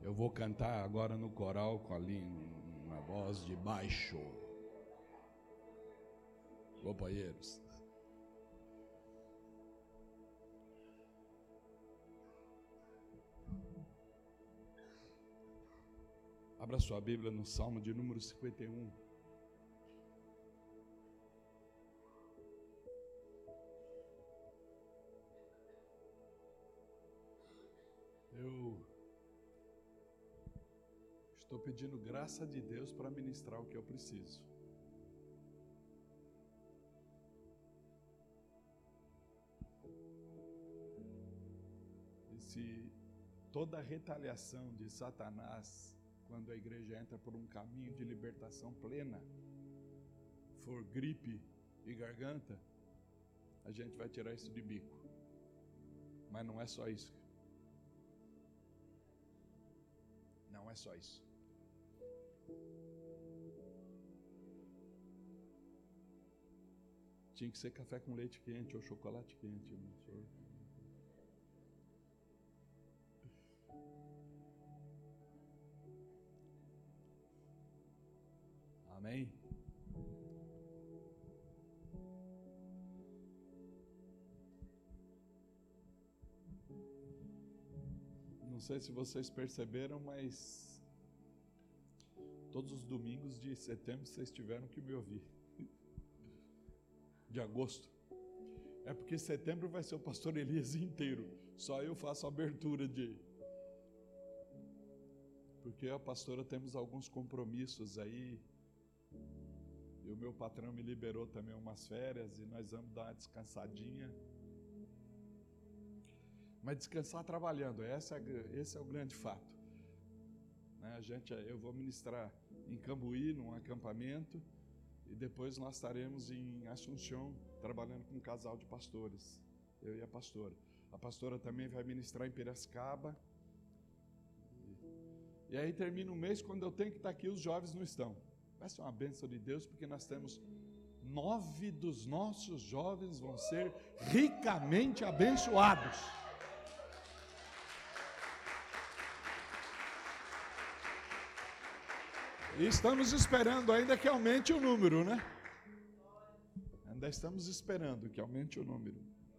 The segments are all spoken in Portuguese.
Eu vou cantar agora no coral com uma voz de baixo. Companheiros. Abra sua Bíblia no Salmo de número 51. Eu estou pedindo graça de Deus para ministrar o que eu preciso. E se toda a retaliação de Satanás, quando a igreja entra por um caminho de libertação plena, for gripe e garganta, a gente vai tirar isso de bico. Mas não é só isso. Não é só isso. Tinha que ser café com leite quente ou chocolate quente, meu senhor. Amém? Não sei se vocês perceberam, mas todos os domingos de setembro vocês tiveram que me ouvir. De agosto. É porque setembro vai ser o pastor Elias inteiro. Só eu faço a abertura de... Porque a pastora temos alguns compromissos aí. E o meu patrão me liberou também umas férias e nós vamos dar uma descansadinha. Mas descansar trabalhando, esse é o grande fato. Né? Eu vou ministrar em Cambuí, num acampamento, e depois nós estaremos em Assunção, trabalhando com um casal de pastores, eu e a pastora. A pastora também vai ministrar em Piracicaba. E aí termina o mês, quando eu tenho que estar aqui, os jovens não estão. Vai ser uma bênção de Deus, porque nós temos 9 dos nossos jovens vão ser ricamente abençoados. E estamos esperando ainda que aumente o número, né? Ainda estamos esperando que aumente o número.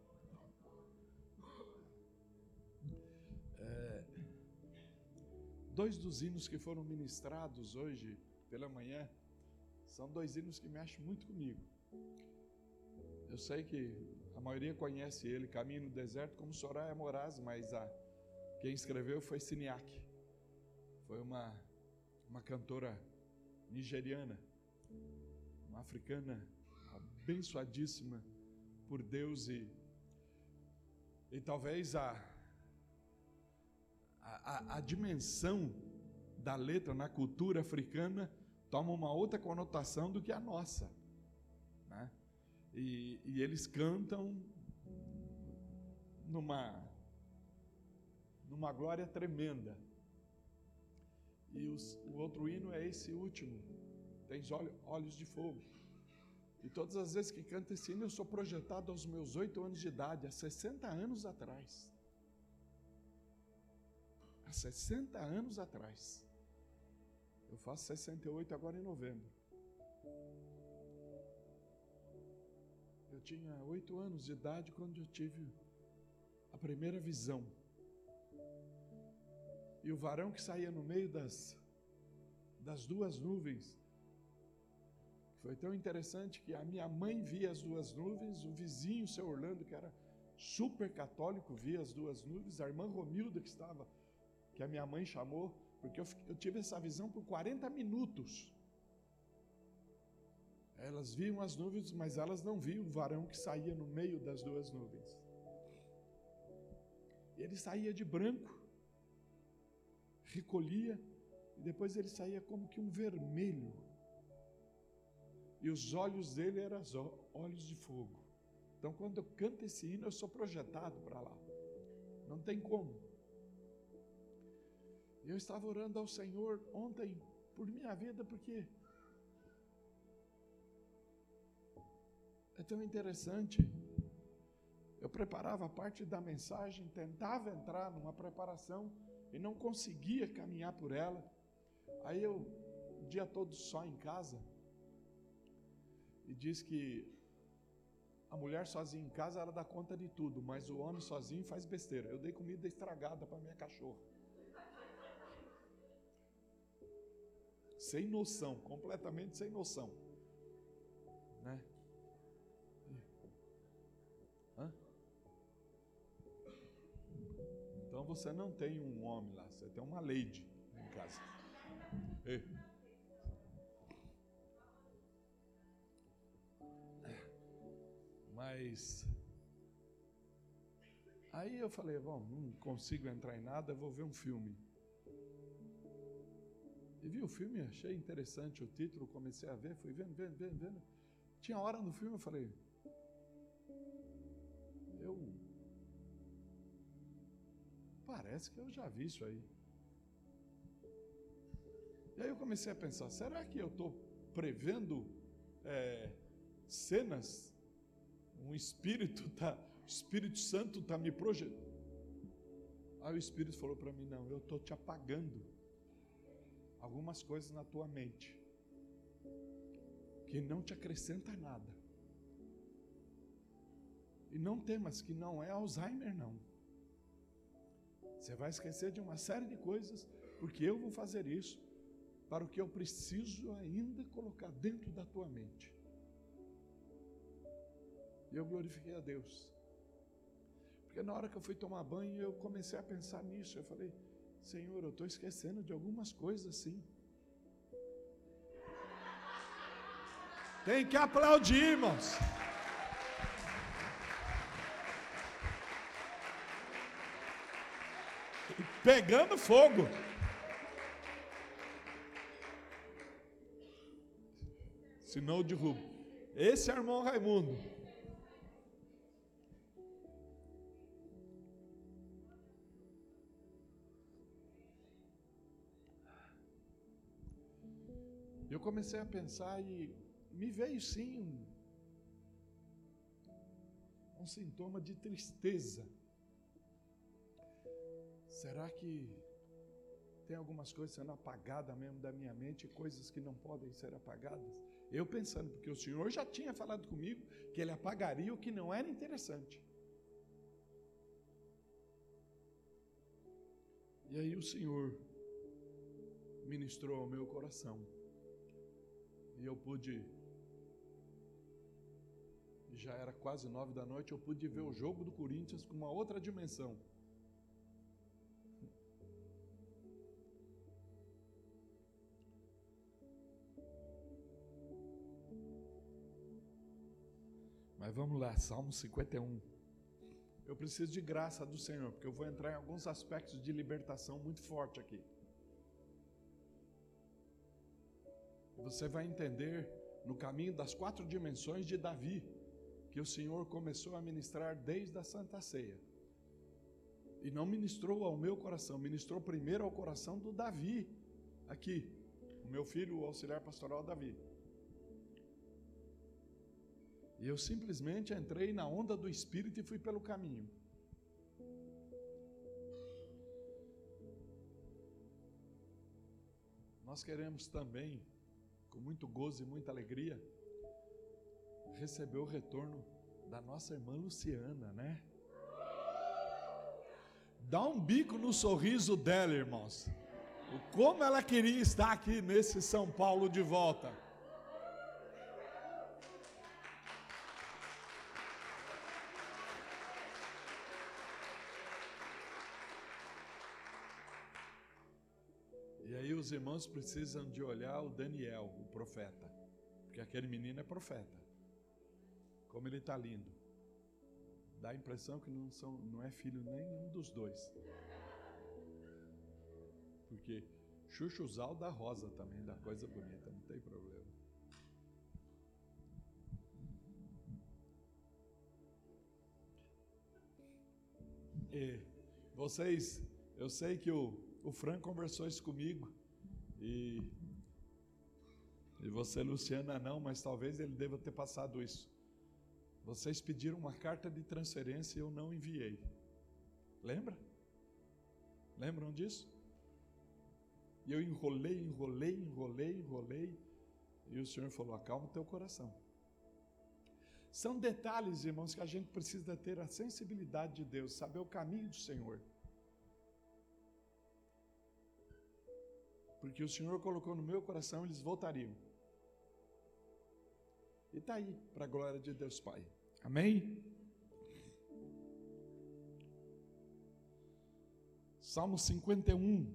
Dois dos hinos que foram ministrados hoje pela manhã são 2 hinos que mexem muito comigo. Eu sei que a maioria conhece ele, Caminho no Deserto, como Soraya Moraes, mas quem escreveu foi Siniak. Foi uma cantora nigeriana, uma africana abençoadíssima por Deus, e talvez a dimensão da letra na cultura africana toma uma outra conotação do que a nossa, né? E eles cantam numa glória tremenda. E o outro hino é esse último, Tens olhos de fogo. E todas as vezes que canto esse hino, eu sou projetado aos meus 8 anos de idade, há 60 anos atrás. Há 60 anos atrás. Eu faço 68 agora em novembro. Eu tinha 8 anos de idade quando eu tive a primeira visão. E o varão que saía no meio das 2 nuvens, foi tão interessante que a minha mãe via as 2 nuvens, o vizinho, o seu Orlando, que era super católico, via as 2 nuvens, a irmã Romilda, que a minha mãe chamou, porque eu tive essa visão por 40 minutos. Elas viam as nuvens, mas elas não viam o varão que saía no meio das 2 nuvens. Ele saía de branco, recolhia, e depois ele saía como que um vermelho. E os olhos dele eram olhos de fogo. Então, quando eu canto esse hino, eu sou projetado para lá. Não tem como. Eu estava orando ao Senhor ontem por minha vida, porque é tão interessante. Eu preparava a parte da mensagem, tentava entrar numa preparação, e não conseguia caminhar por ela. Aí eu, o dia todo só em casa, e diz que a mulher sozinha em casa, ela dá conta de tudo, mas o homem sozinho faz besteira. Eu dei comida estragada para minha cachorra. Sem noção, completamente sem noção. Né? Hã? Então você não tem um homem lá, você tem uma lady em casa. Ei. Mas aí eu falei, bom, não consigo entrar em nada, eu vou ver um filme. E vi o filme, achei interessante o título, comecei a ver, fui vendo. Tinha hora no filme, eu falei, parece que eu já vi isso aí. E aí eu comecei a pensar, será que eu estou prevendo cenas? O Espírito Santo está me projetando. Aí o Espírito falou para mim, não, eu estou te apagando algumas coisas na tua mente, que não te acrescenta nada. E não temas, que não é Alzheimer não. Você vai esquecer de uma série de coisas, porque eu vou fazer isso, para o que eu preciso ainda colocar dentro da tua mente. E eu glorifiquei a Deus. Porque na hora que eu fui tomar banho, eu comecei a pensar nisso. Eu falei, Senhor, eu estou esquecendo de algumas coisas sim. Tem que aplaudir, irmãos. Pegando fogo. Senão eu derrubo. Esse é o irmão Raimundo. Eu comecei a pensar e me veio sim um sintoma de tristeza. Será que tem algumas coisas sendo apagadas mesmo da minha mente, coisas que não podem ser apagadas? Eu pensando, porque o Senhor já tinha falado comigo que Ele apagaria o que não era interessante. E aí o Senhor ministrou ao meu coração. E eu pude, já era quase 9 da noite, eu pude ver o jogo do Corinthians com uma outra dimensão. Mas vamos lá, Salmo 51. Eu preciso de graça do Senhor, porque eu vou entrar em alguns aspectos de libertação muito forte aqui. Você vai entender no caminho das 4 dimensões de Davi, que o Senhor começou a ministrar desde a Santa Ceia. E não ministrou ao meu coração, ministrou primeiro ao coração do Davi, aqui, o meu filho, o auxiliar pastoral Davi. E eu simplesmente entrei na onda do Espírito e fui pelo caminho. Nós queremos também, com muito gozo e muita alegria, receber o retorno da nossa irmã Luciana, né? Dá um bico no sorriso dela, irmãos. Como ela queria estar aqui nesse São Paulo de volta. E aí os irmãos precisam de olhar o Daniel, o profeta, porque aquele menino é profeta. Como ele está lindo. Dá a impressão que não é filho nenhum dos dois. Porque chuchuzal dá rosa também, dá coisa bonita, não tem problema. E vocês, eu sei que o Fran conversou isso comigo, e você, Luciana, não, mas talvez ele deva ter passado isso. Vocês pediram uma carta de transferência e eu não enviei. Lembra? Lembram disso? E eu enrolei, e o Senhor falou, acalma o teu coração. São detalhes, irmãos, que a gente precisa ter a sensibilidade de Deus, saber o caminho do Senhor. Porque o Senhor colocou no meu coração, eles voltariam. E está aí, para a glória de Deus Pai. Amém? Salmo 51.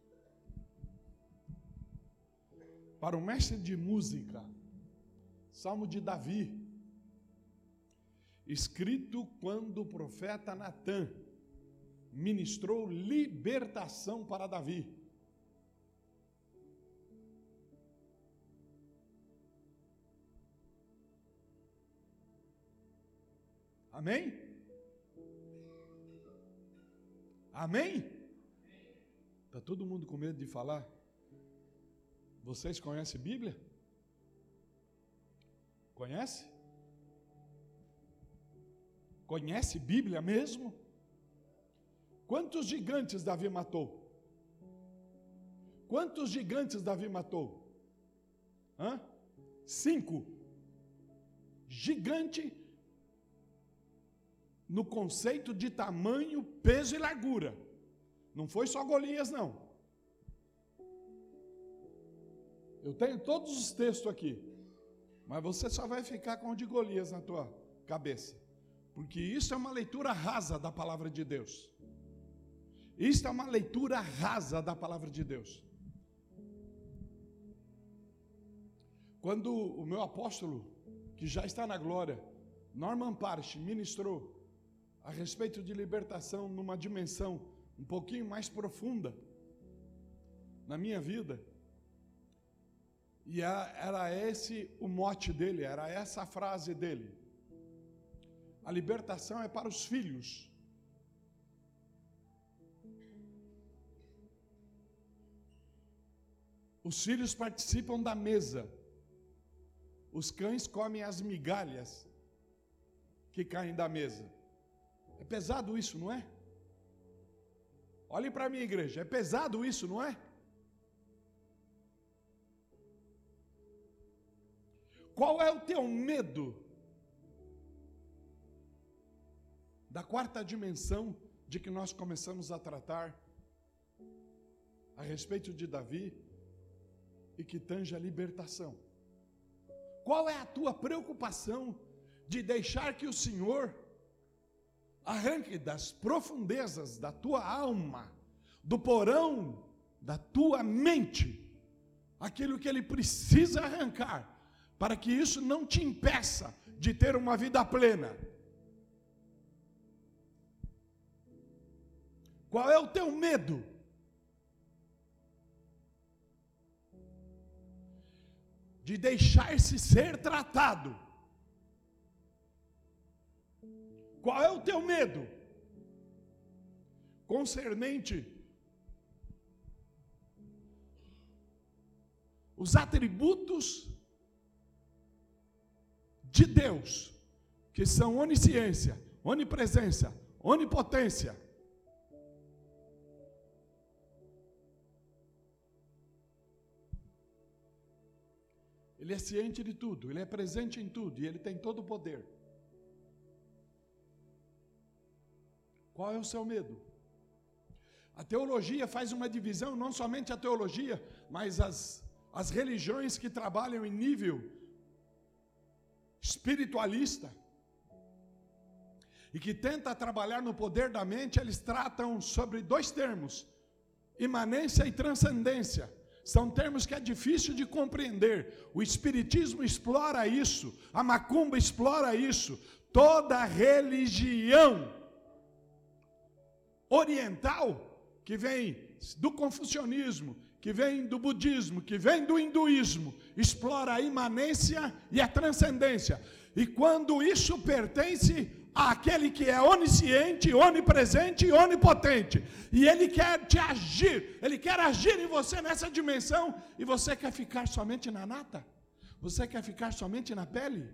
Para o mestre de música, Salmo de Davi, escrito quando o profeta Natã ministrou libertação para Davi. Amém? Amém? Está todo mundo com medo de falar? Vocês conhecem Bíblia? Conhece? Conhece Bíblia mesmo? Quantos gigantes Davi matou? Quantos gigantes Davi matou? 5. Gigante no conceito de tamanho, peso e largura. Não foi só Golias, não. Eu tenho todos os textos aqui, mas você só vai ficar com o de Golias na tua cabeça, porque isso é uma leitura rasa da palavra de Deus. Isso é uma leitura rasa da palavra de Deus. Quando o meu apóstolo, que já está na glória, Norman Parche, ministrou a respeito de libertação numa dimensão um pouquinho mais profunda na minha vida, e era esse o mote dele, era essa a frase dele: a libertação é para os filhos. Os filhos participam da mesa, os cães comem as migalhas que caem da mesa. É pesado isso, não é? Olhem para mim, igreja, é pesado isso, não é? Qual é o teu medo da quarta dimensão de que nós começamos a tratar a respeito de Davi e que tange a libertação? Qual é a tua preocupação de deixar que o Senhor arranque das profundezas da tua alma, do porão da tua mente, aquilo que Ele precisa arrancar, para que isso não te impeça de ter uma vida plena? Qual é o teu medo? De deixar-se ser tratado? Qual é o teu medo concernente os atributos de Deus, que são onisciência, onipresença, onipotência? Ele é ciente de tudo, Ele é presente em tudo e Ele tem todo o poder. Qual é o seu medo? A teologia faz uma divisão, não somente a teologia, mas as religiões que trabalham em nível espiritualista e que tenta trabalhar no poder da mente, eles tratam sobre 2 termos: imanência e transcendência. São termos que é difícil de compreender. O espiritismo explora isso, a macumba explora isso, toda religião oriental, que vem do confucionismo, que vem do budismo, que vem do hinduísmo, explora a imanência e a transcendência. E quando isso pertence àquele que é onisciente, onipresente e onipotente, e Ele quer te agir, Ele quer agir em você nessa dimensão, e você quer ficar somente na nata? Você quer ficar somente na pele?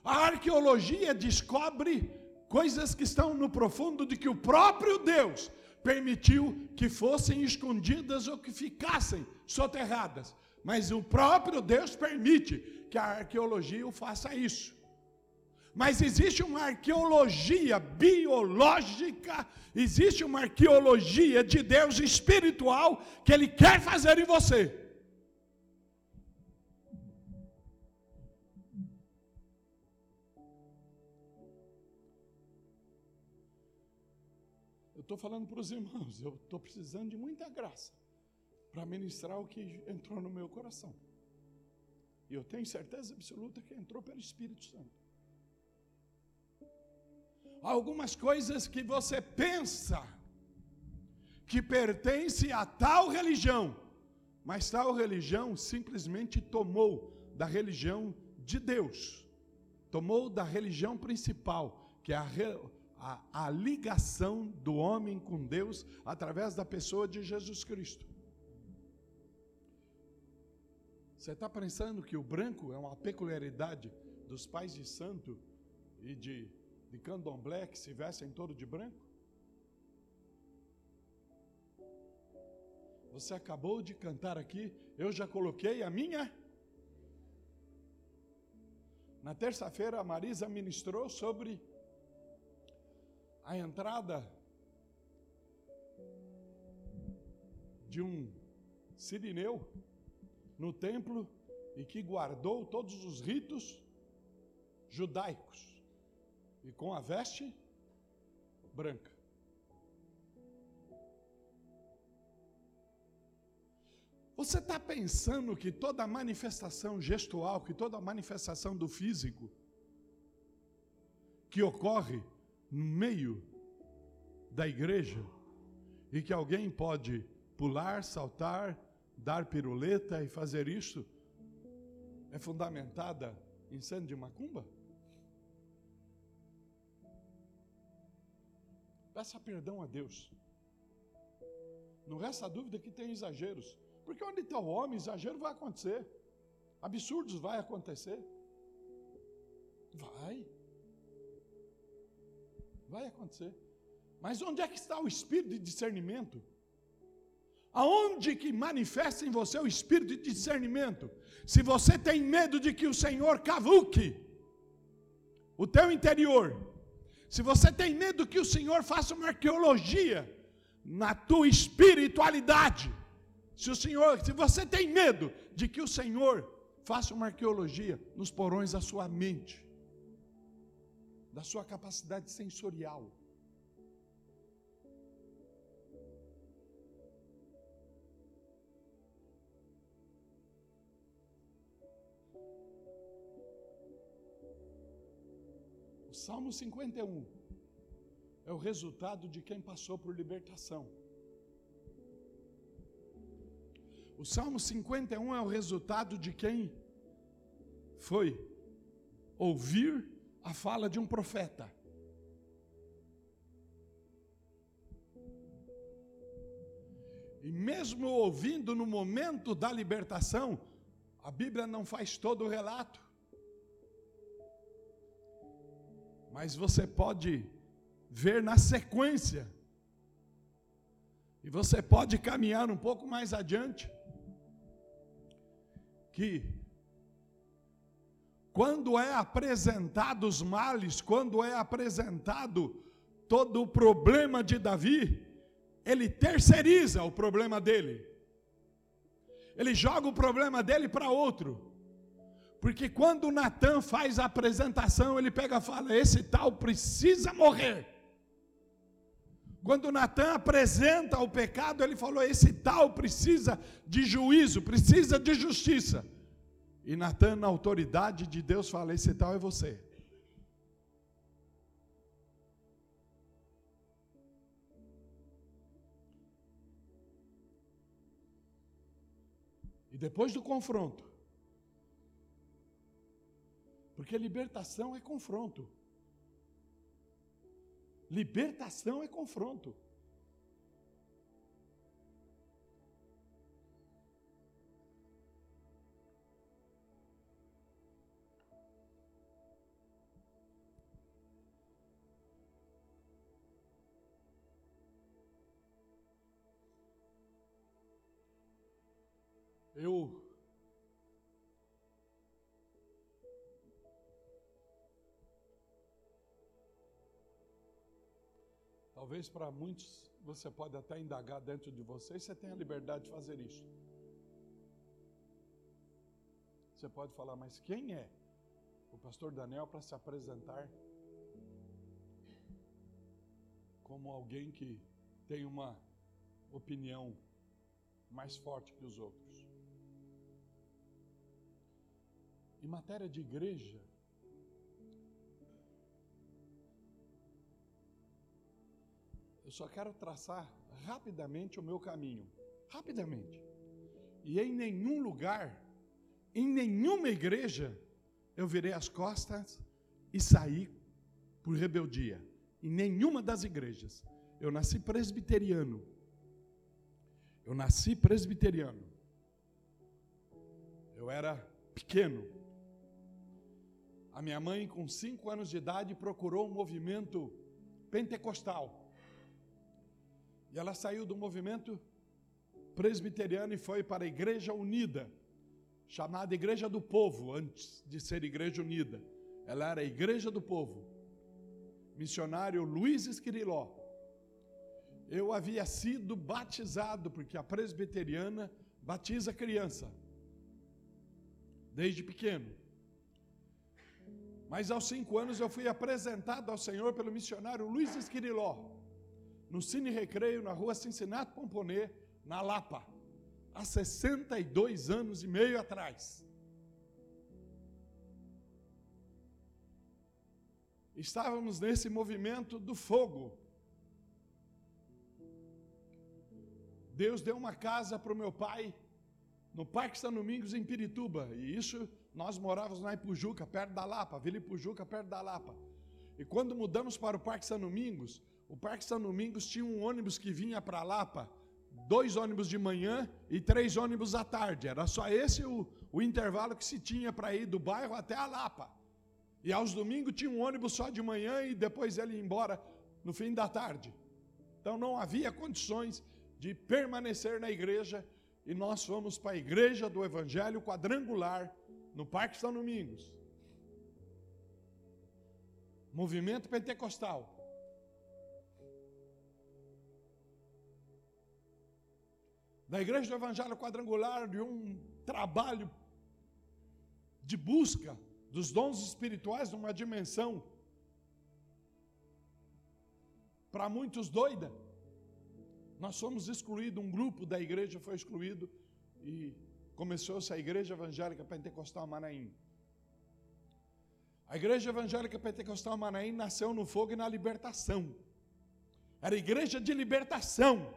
A arqueologia descobre coisas que estão no profundo de que o próprio Deus permitiu que fossem escondidas ou que ficassem soterradas. Mas o próprio Deus permite que a arqueologia o faça isso. Mas existe uma arqueologia biológica, existe uma arqueologia de Deus espiritual que Ele quer fazer em você. Eu estou falando para os irmãos, eu estou precisando de muita graça para ministrar o que entrou no meu coração. E eu tenho certeza absoluta que entrou pelo Espírito Santo. Algumas coisas que você pensa que pertence a tal religião, mas tal religião simplesmente tomou da religião de Deus, tomou da religião principal, que é a ligação do homem com Deus através da pessoa de Jesus Cristo. Você está pensando que o branco é uma peculiaridade dos pais de santo e de candomblé que se vestem todo de branco? Você acabou de cantar aqui, eu já coloquei a minha. Na terça-feira a Marisa ministrou sobre a entrada de um sirineu no templo e que guardou todos os ritos judaicos e com a veste branca. Você está pensando que toda manifestação gestual, que toda manifestação do físico que ocorre no meio da igreja e que alguém pode pular, saltar, dar piruleta e fazer isso é fundamentada em sendo de macumba? Peça perdão a Deus. Não resta dúvida que tem exageros. Porque onde está o homem, exagero vai acontecer. Absurdos vai acontecer. Vai acontecer. Mas onde é que está o espírito de discernimento? Aonde que manifesta em você o espírito de discernimento? Se você tem medo de que o Senhor cavuque o teu interior, se você tem medo que o Senhor faça uma arqueologia na tua espiritualidade, se você tem medo de que o Senhor faça uma arqueologia nos porões da sua mente, da sua capacidade sensorial, o Salmo 51 é o resultado de quem passou por libertação. O Salmo 51 é o resultado de quem foi ouvir a fala de um profeta. E mesmo ouvindo no momento da libertação, a Bíblia não faz todo o relato. Mas você pode ver na sequência. E você pode caminhar um pouco mais adiante. Que quando é apresentado os males, quando é apresentado todo o problema de Davi, ele terceiriza o problema dele. Ele joga o problema dele para outro. Porque quando Natã faz a apresentação, ele pega e fala, esse tal precisa morrer. Quando Natã apresenta o pecado, ele falou, esse tal precisa de juízo, precisa de justiça. E Natã, na autoridade de Deus, fala, esse tal é você. E depois do confronto, porque libertação é confronto. Libertação é confronto. Talvez para muitos você pode até indagar dentro de você, e você tem a liberdade de fazer isso. Você pode falar, mas quem é o pastor Daniel para se apresentar como alguém que tem uma opinião mais forte que os outros? Em matéria de igreja, eu só quero traçar rapidamente o meu caminho. Rapidamente. E em nenhum lugar, em nenhuma igreja, eu virei as costas e saí por rebeldia. Em nenhuma das igrejas. Eu nasci presbiteriano. Eu era pequeno. A minha mãe, com 5 anos de idade, procurou um movimento pentecostal. E ela saiu do movimento presbiteriano e foi para a Igreja Unida, chamada Igreja do Povo, antes de ser Igreja Unida. Ela era a Igreja do Povo. Missionário Luiz Esquiriló. Eu havia sido batizado, porque a presbiteriana batiza criança, desde pequeno. Mas aos 5 anos eu fui apresentado ao Senhor pelo missionário Luiz Esquiriló, no Cine Recreio, na rua Cincinato Pomponê, na Lapa, há 62 anos e meio atrás. Estávamos nesse movimento do fogo. Deus deu uma casa para o meu pai, no Parque São Domingos, em Pirituba, e isso, nós morávamos na Ipujuca, perto da Lapa, Vila Ipujuca, perto da Lapa. E quando mudamos para o Parque São Domingos, o Parque São Domingos tinha um ônibus que vinha para a Lapa, 2 ônibus de manhã e 3 ônibus à tarde. Era só esse o intervalo que se tinha para ir do bairro até a Lapa. E aos domingos tinha um ônibus só de manhã e depois ele ia embora no fim da tarde. Então não havia condições de permanecer na igreja, e nós fomos para a Igreja do Evangelho Quadrangular, no Parque São Domingos. Movimento pentecostal. Da Igreja do Evangelho Quadrangular, de um trabalho de busca dos dons espirituais numa dimensão para muitos doida. Nós fomos excluídos, um grupo da igreja foi excluído e começou-se a Igreja Evangélica Pentecostal Manaim. A Igreja Evangélica Pentecostal Manaim nasceu no fogo e na libertação. Era igreja de libertação.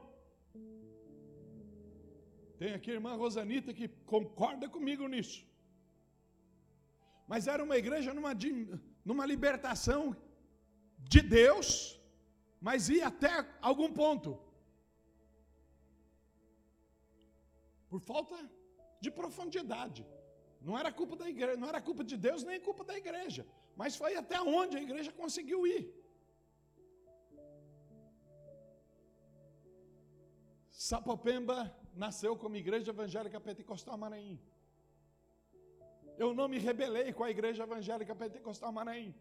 Tem aqui a irmã Rosanita que concorda comigo nisso. Mas era uma igreja numa libertação de Deus, mas ia até algum ponto. Por falta de profundidade. Não era culpa da igreja, não era culpa de Deus, nem culpa da igreja. Mas foi até onde a igreja conseguiu ir. Sapopemba nasceu como Igreja Evangélica Pentecostal Manaim. Eu não me rebelei com a Igreja Evangélica Pentecostal Manaim.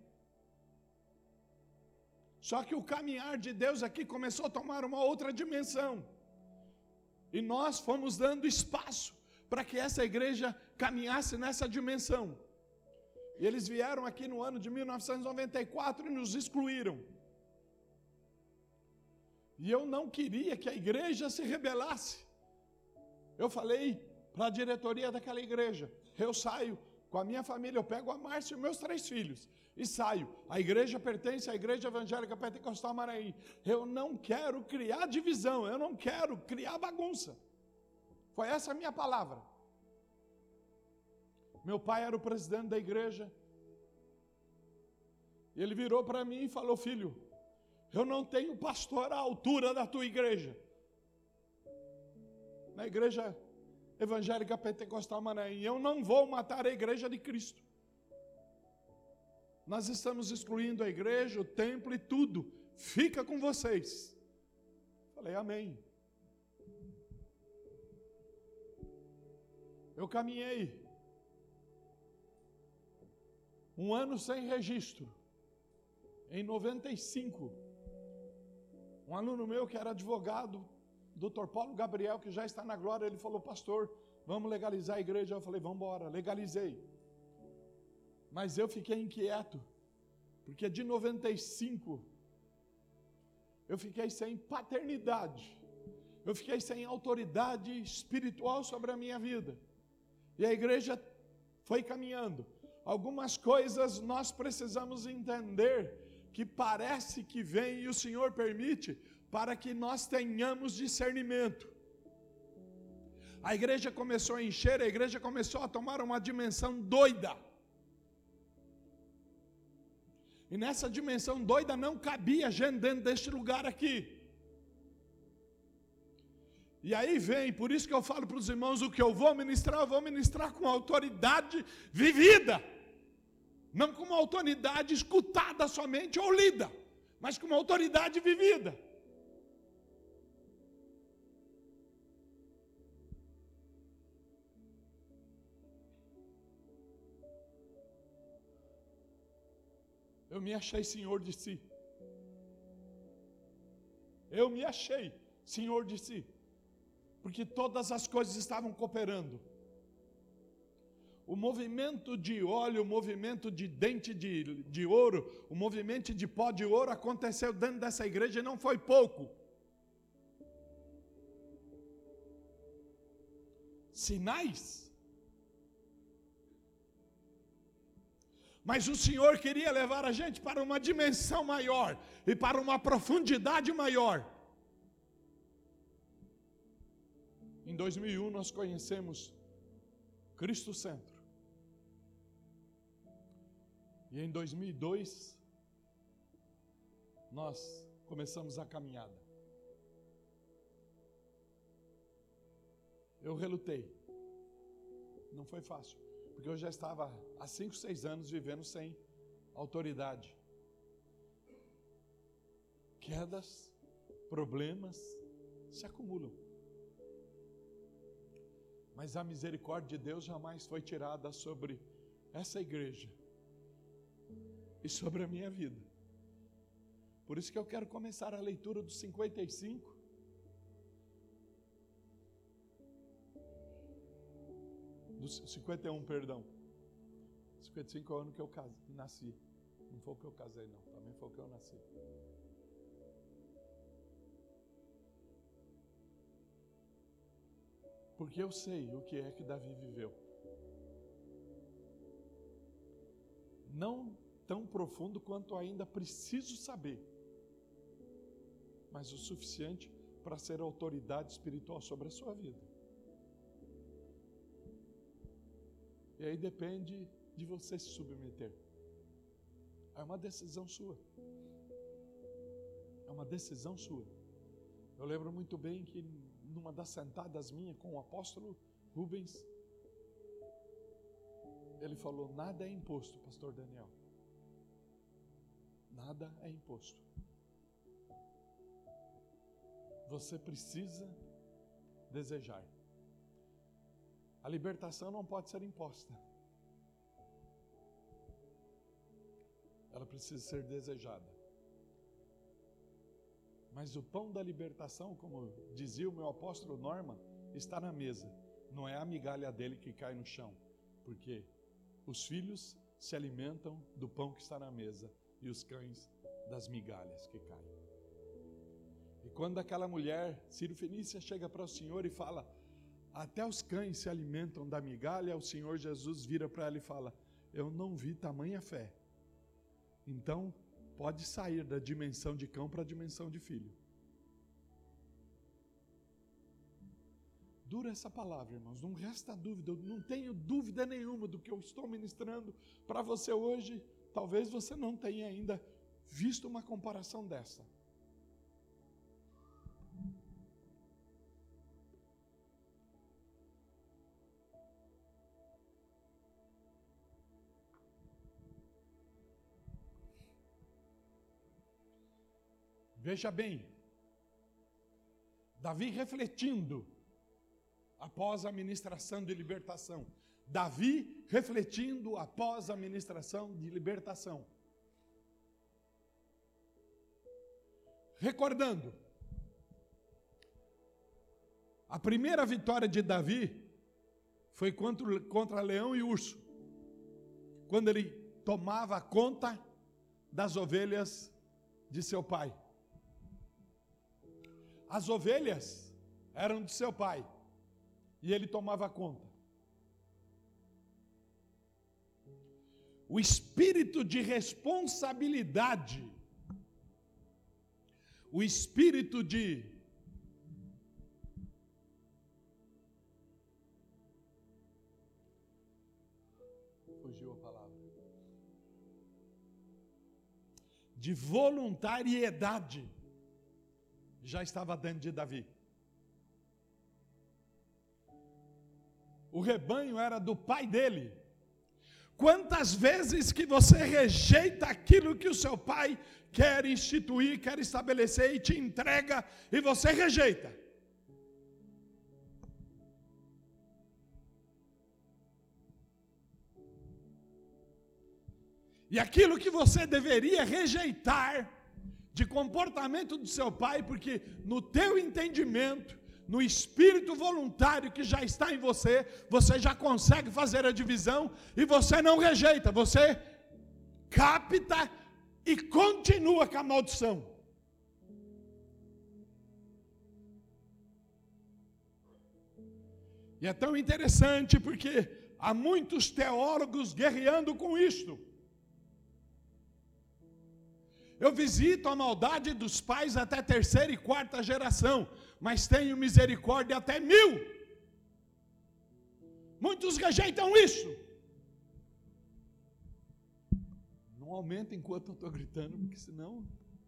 Só que o caminhar de Deus aqui começou a tomar uma outra dimensão. E nós fomos dando espaço para que essa igreja caminhasse nessa dimensão. E eles vieram aqui no ano de 1994 e nos excluíram. E eu não queria que a igreja se rebelasse. Eu falei para a diretoria daquela igreja, eu saio com a minha família, eu pego a Márcia e meus 3 filhos e saio. A igreja pertence à Igreja Evangélica Pentecostal Manaim. Eu não quero criar divisão, eu não quero criar bagunça. Foi essa a minha palavra. Meu pai era o presidente da igreja. Ele virou para mim e falou: filho, eu não tenho pastor à altura da tua igreja. Na Igreja Evangélica Pentecostal Manaim, eu não vou matar a igreja de Cristo. Nós estamos excluindo a igreja, o templo e tudo. Fica com vocês. Falei amém. Eu caminhei um ano sem registro. Em 95, um aluno meu que era advogado, Dr. Paulo Gabriel, que já está na glória, ele falou: pastor, vamos legalizar a igreja. Eu falei: vamos embora. Legalizei. Mas eu fiquei inquieto, porque de 95 eu fiquei sem paternidade, eu fiquei sem autoridade espiritual sobre a minha vida. E a igreja foi caminhando. Algumas coisas nós precisamos entender que parece que vem e o Senhor permite para que nós tenhamos discernimento. A igreja começou a encher, a igreja começou a tomar uma dimensão doida. E nessa dimensão doida não cabia gente dentro deste lugar aqui. E aí vem, por isso que eu falo para os irmãos, o que eu vou ministrar com autoridade vivida. Não com uma autoridade escutada somente ou lida, mas com uma autoridade vivida. Eu me achei senhor de si. Eu me achei senhor de si. Porque todas as coisas estavam cooperando. O movimento de óleo, o movimento de dente de ouro, o movimento de pó de ouro aconteceu dentro dessa igreja e não foi pouco. Sinais. Mas o Senhor queria levar a gente para uma dimensão maior e para uma profundidade maior. Em 2001 nós conhecemos Cristo Centro. E em 2002 nós começamos a caminhada. Eu relutei. Não foi fácil. Porque eu já estava há 5, 6 anos vivendo sem autoridade. Quedas, problemas se acumulam. Mas a misericórdia de Deus jamais foi tirada sobre essa igreja e sobre a minha vida. Por isso que eu quero começar a leitura dos 55. Dos 51, perdão. 55 é o ano que eu nasci. Não foi o que eu casei, não. Também foi o que eu nasci. Porque eu sei o que é que Davi viveu. Não tão profundo quanto ainda preciso saber, mas o suficiente para ser autoridade espiritual sobre a sua vida. E aí depende de você se submeter. É uma decisão sua. É uma decisão sua. Eu lembro muito bem que numa das sentadas minhas com o apóstolo Rubens, ele falou: nada é imposto, pastor Daniel. Nada é imposto. Você precisa desejar. A libertação não pode ser imposta. Ela precisa ser desejada. Mas o pão da libertação, como dizia o meu apóstolo Norman, está na mesa. Não é a migalha dele que cai no chão. Porque os filhos se alimentam do pão que está na mesa e os cães das migalhas que caem. E quando aquela mulher, Ciro Fenícia, chega para o Senhor e fala: até os cães se alimentam da migalha, o Senhor Jesus vira para ela e fala: eu não vi tamanha fé. Então, pode sair da dimensão de cão para a dimensão de filho. Dura essa palavra, irmãos, não resta dúvida, eu não tenho dúvida nenhuma do que eu estou ministrando para você hoje. Talvez você não tenha ainda visto uma comparação dessa. Veja bem, Davi refletindo após a ministração de libertação. Davi refletindo após a ministração de libertação. Recordando, a primeira vitória de Davi foi contra leão e urso, quando ele tomava conta das ovelhas de seu pai. As ovelhas eram de seu pai e ele tomava conta. O espírito de responsabilidade, o espírito de de voluntariedade já estava dentro de Davi. O rebanho era do pai dele. Quantas vezes que você rejeita aquilo que o seu pai quer instituir, quer estabelecer e te entrega, e você rejeita? E aquilo que você deveria rejeitar de comportamento do seu pai, porque no teu entendimento, no espírito voluntário que já está em você, você já consegue fazer a divisão e você não rejeita, você capta e continua com a maldição. E é tão interessante porque há muitos teólogos guerreando com isto. Eu visito a maldade dos pais até terceira e quarta geração, mas tenho misericórdia até 1000. Muitos rejeitam isso. Não aumenta enquanto eu estou gritando, porque senão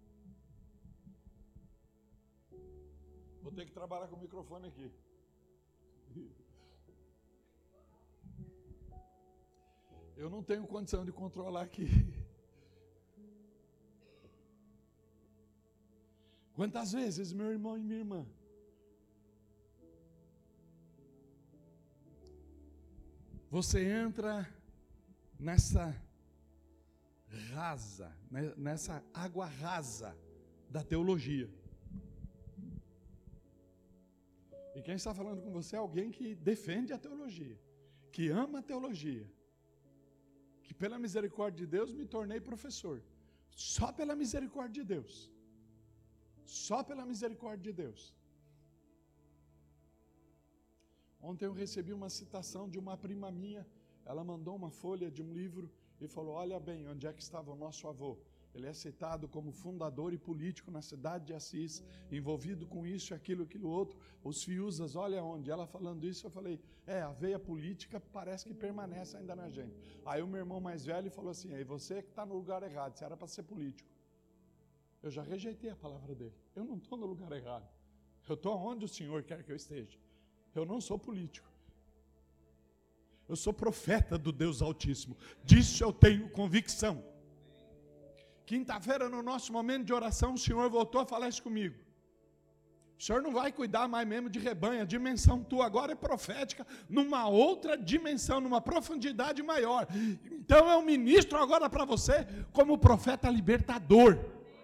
vou ter que trabalhar com o microfone aqui. Eu não tenho condição de controlar aqui. Quantas vezes, meu irmão e minha irmã, você entra nessa água rasa da teologia. E quem está falando com você é alguém que defende a teologia, que ama a teologia, que pela misericórdia de Deus me tornei professor. Só pela misericórdia de Deus. Só pela misericórdia de Deus. Ontem eu recebi uma citação de uma prima minha. Ela mandou uma folha de um livro e falou: olha bem, onde é que estava o nosso avô? Ele é citado como fundador e político na cidade de Assis, envolvido com isso, aquilo, aquilo outro. Os fiúzas, olha onde. Ela falando isso, eu falei: a veia política parece que permanece ainda na gente. Aí o meu irmão mais velho falou assim: aí você que está no lugar errado, você era para ser político. Eu já rejeitei a palavra dele. Eu não estou no lugar errado. Eu estou onde o Senhor quer que eu esteja. Eu não sou político. Eu sou profeta do Deus Altíssimo. Disso eu tenho convicção. Quinta-feira, no nosso momento de oração, o Senhor voltou a falar isso comigo. O Senhor não vai cuidar mais mesmo de rebanho. A dimensão tua agora é profética, numa outra dimensão, numa profundidade maior. Então eu ministro agora para você como profeta libertador.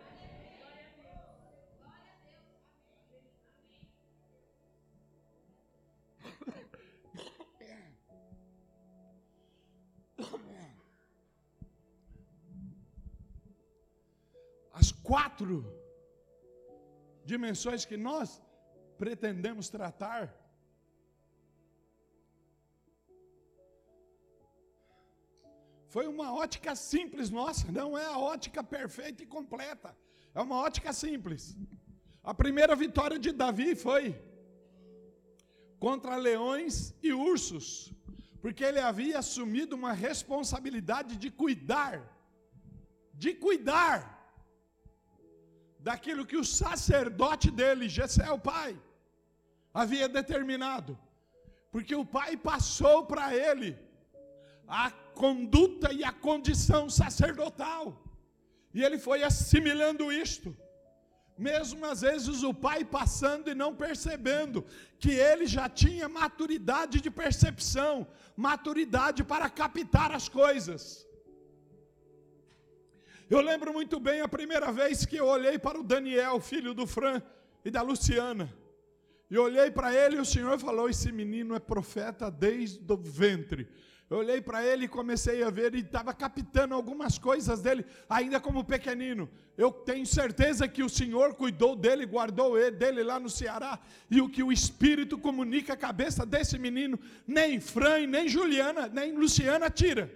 As 4 dimensões que nós pretendemos tratar foi uma ótica simples nossa, não é a ótica perfeita e completa, é uma ótica simples. A primeira vitória de Davi foi contra leões e ursos, porque ele havia assumido uma responsabilidade de cuidar daquilo que o sacerdote dele, Jessé, o pai, havia determinado, porque o pai passou para ele a conduta e a condição sacerdotal, e ele foi assimilando isto, Mesmo às vezes o pai passando e não percebendo que ele já tinha maturidade de percepção, maturidade para captar as coisas. Eu lembro muito bem a primeira vez que eu olhei para o Daniel, filho do Fran e da Luciana. E olhei para ele e o Senhor falou: esse menino é profeta desde o ventre. Eu olhei para ele e comecei a ver, e estava captando algumas coisas dele, ainda como pequenino. Eu tenho certeza que o Senhor cuidou dele, guardou ele, dele lá no Ceará, e o que o Espírito comunica à cabeça desse menino, nem Fran, nem Juliana, nem Luciana tira.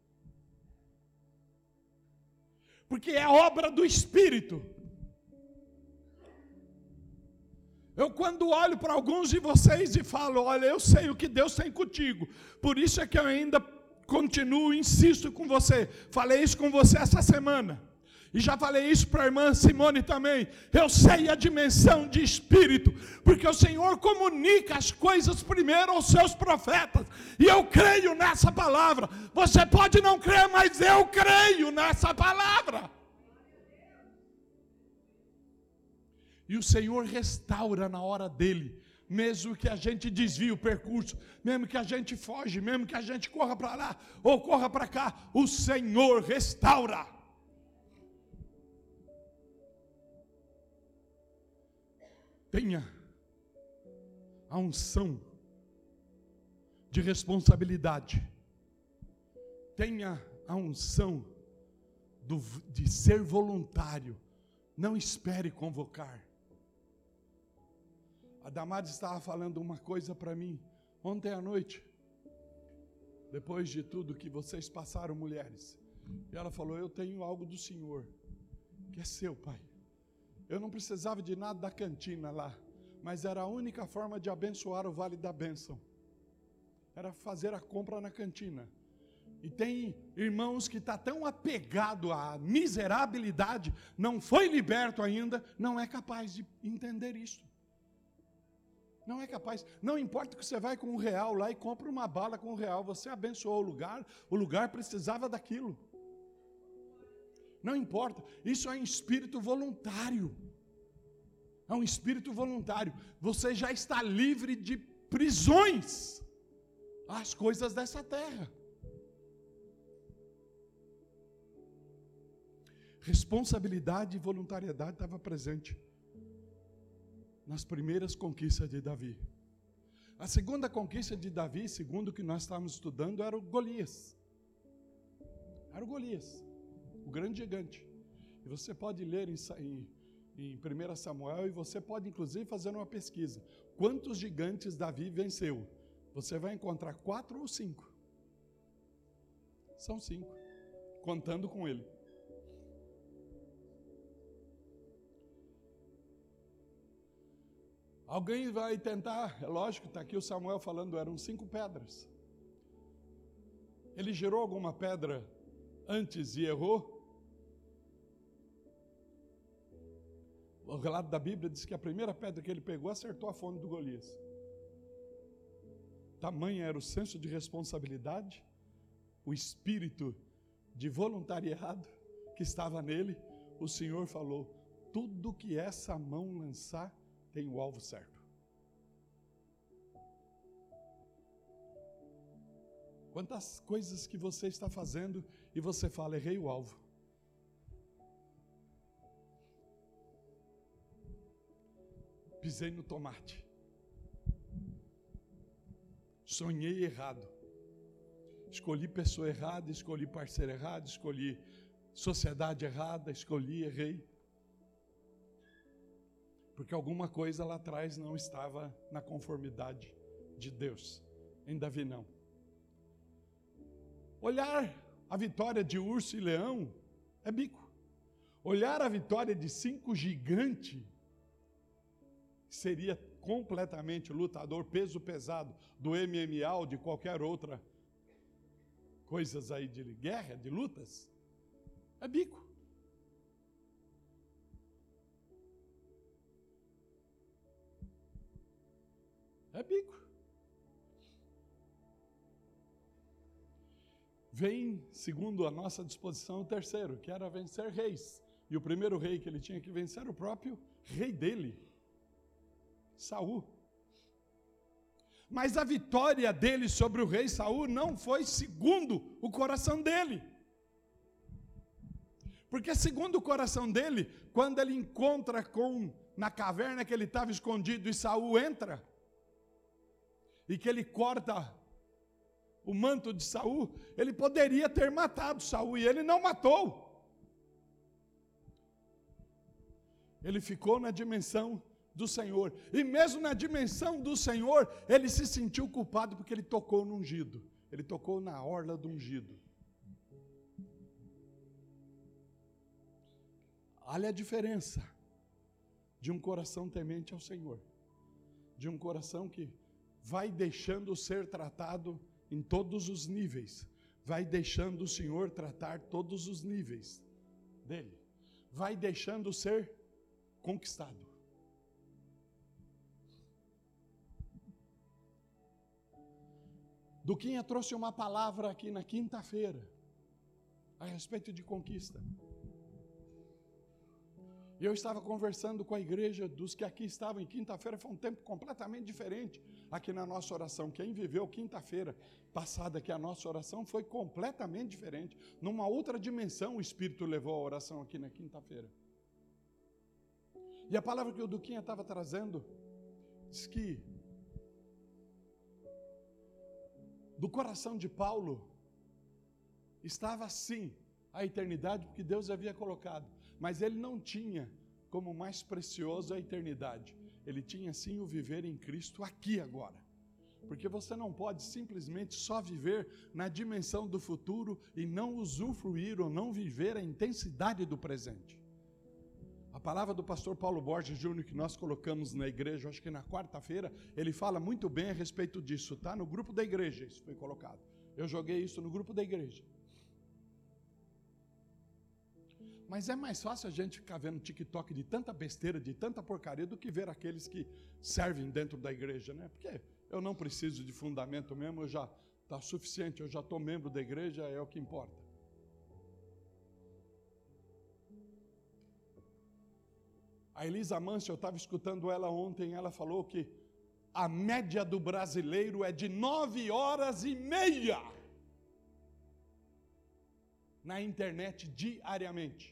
Porque é obra do Espírito. Eu quando olho para alguns de vocês e falo: olha, eu sei o que Deus tem contigo, por isso é que eu ainda continuo, insisto com você. Falei isso com você essa semana, e já falei isso para a irmã Simone também. Eu sei a dimensão de Espírito, porque o Senhor comunica as coisas primeiro aos seus profetas, e eu creio nessa palavra. Você pode não crer, mas eu creio nessa palavra. E o Senhor restaura na hora dele, mesmo que a gente desvie o percurso, mesmo que a gente foge, mesmo que a gente corra para lá ou corra para cá, o Senhor restaura. Tenha a unção de responsabilidade, tenha a unção de ser voluntário, não espere convocar. A Damares estava falando uma coisa para mim ontem à noite, depois de tudo que vocês passaram, mulheres, e ela falou: eu tenho algo do Senhor, que é seu, pai. Eu não precisava de nada da cantina lá, mas era a única forma de abençoar o Vale da Bênção, era fazer a compra na cantina. E tem irmãos que estão tão apegado à miserabilidade, não foi liberto ainda, não é capaz de entender isso. Não é capaz. Não importa que você vai com R$1 lá e compra uma bala com R$1, você abençoou o lugar precisava daquilo. Não importa, isso é um espírito voluntário. É um espírito voluntário. Você já está livre de prisões às coisas dessa terra. Responsabilidade e voluntariedade estava presente nas primeiras conquistas de Davi. A segunda conquista de Davi, segundo o que nós estávamos estudando, era o Golias. Era o Golias, o grande gigante. E você pode ler em 1 Samuel, e você pode inclusive fazer uma pesquisa. Quantos gigantes Davi venceu? Você vai encontrar 4 ou 5. São 5, contando com ele. Alguém vai tentar, é lógico, está aqui o Samuel falando, eram 5 pedras. Ele girou alguma pedra antes e errou? O relato da Bíblia diz que a primeira pedra que ele pegou acertou a fome do Golias. Tamanho era o senso de responsabilidade, o espírito de voluntariado que estava nele. O Senhor falou: tudo que essa mão lançar tem o alvo certo. Quantas coisas que você está fazendo e você fala: errei o alvo. Pisei no tomate. Sonhei errado. Escolhi pessoa errada, escolhi parceiro errado, escolhi sociedade errada, errei. Porque alguma coisa lá atrás não estava na conformidade de Deus. Em Davi não. Olhar a vitória de urso e leão é bico. Olhar a vitória de 5 gigantes seria completamente lutador, peso pesado do MMA ou de qualquer outra coisas aí de guerra, de lutas. É bico. É bico. Vem, segundo a nossa disposição, o terceiro, que era vencer reis. E o primeiro rei que ele tinha que vencer era o próprio rei dele, Saul. Mas a vitória dele sobre o rei Saul não foi segundo o coração dele. Porque segundo o coração dele, quando ele encontra na caverna que ele estava escondido e Saul entra, e que ele corta o manto de Saul, ele poderia ter matado Saul, e ele não matou. Ele ficou na dimensão do Senhor, e mesmo na dimensão do Senhor, ele se sentiu culpado porque ele tocou no ungido, ele tocou na orla do ungido. Olha a diferença de um coração temente ao Senhor, de um coração que vai deixando ser tratado em todos os níveis, vai deixando o Senhor tratar todos os níveis dele, vai deixando ser conquistado. Duquinha trouxe uma palavra aqui na quinta-feira a respeito de conquista. E eu estava conversando com a igreja dos que aqui estavam em quinta-feira, foi um tempo completamente diferente aqui na nossa oração. Quem viveu quinta-feira passada aqui, a nossa oração foi completamente diferente. Numa outra dimensão o Espírito levou a oração aqui na quinta-feira. E a palavra que o Duquinha estava trazendo, diz que do coração de Paulo estava sim a eternidade, porque Deus havia colocado. Mas ele não tinha como mais precioso a eternidade. Ele tinha sim o viver em Cristo aqui agora. Porque você não pode simplesmente só viver na dimensão do futuro e não usufruir ou não viver a intensidade do presente. A palavra do pastor Paulo Borges Júnior, que nós colocamos na igreja, acho que na quarta-feira, ele fala muito bem a respeito disso, tá? No grupo da igreja isso foi colocado. Eu joguei isso no grupo da igreja. Mas é mais fácil a gente ficar vendo TikTok de tanta besteira, de tanta porcaria, do que ver aqueles que servem dentro da igreja, né? Porque eu não preciso de fundamento mesmo, está suficiente, eu já estou membro da igreja, é o que importa. A Elisa Mancha, eu estava escutando ela ontem, ela falou que a média do brasileiro é de 9h30 na internet diariamente.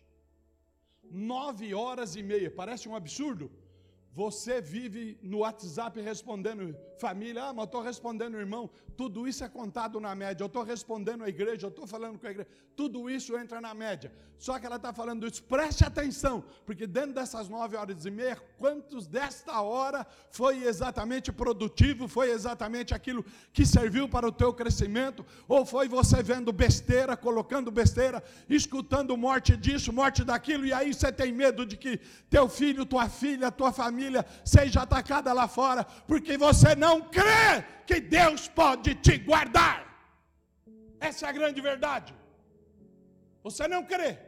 9h30, parece um absurdo? Você vive no WhatsApp respondendo família, mas eu estou respondendo irmão, tudo isso é contado na média, eu estou respondendo a igreja, eu estou falando com a igreja, tudo isso entra na média. Só que ela está falando isso, preste atenção, porque dentro dessas 9h30, quantos desta hora foi exatamente produtivo, foi exatamente aquilo que serviu para o teu crescimento, ou foi você vendo besteira, colocando besteira, escutando morte disso, morte daquilo, e aí você tem medo de que teu filho, tua filha, tua família seja atacada lá fora, porque você não crê que Deus pode te guardar. Essa é a grande verdade. Você não crê.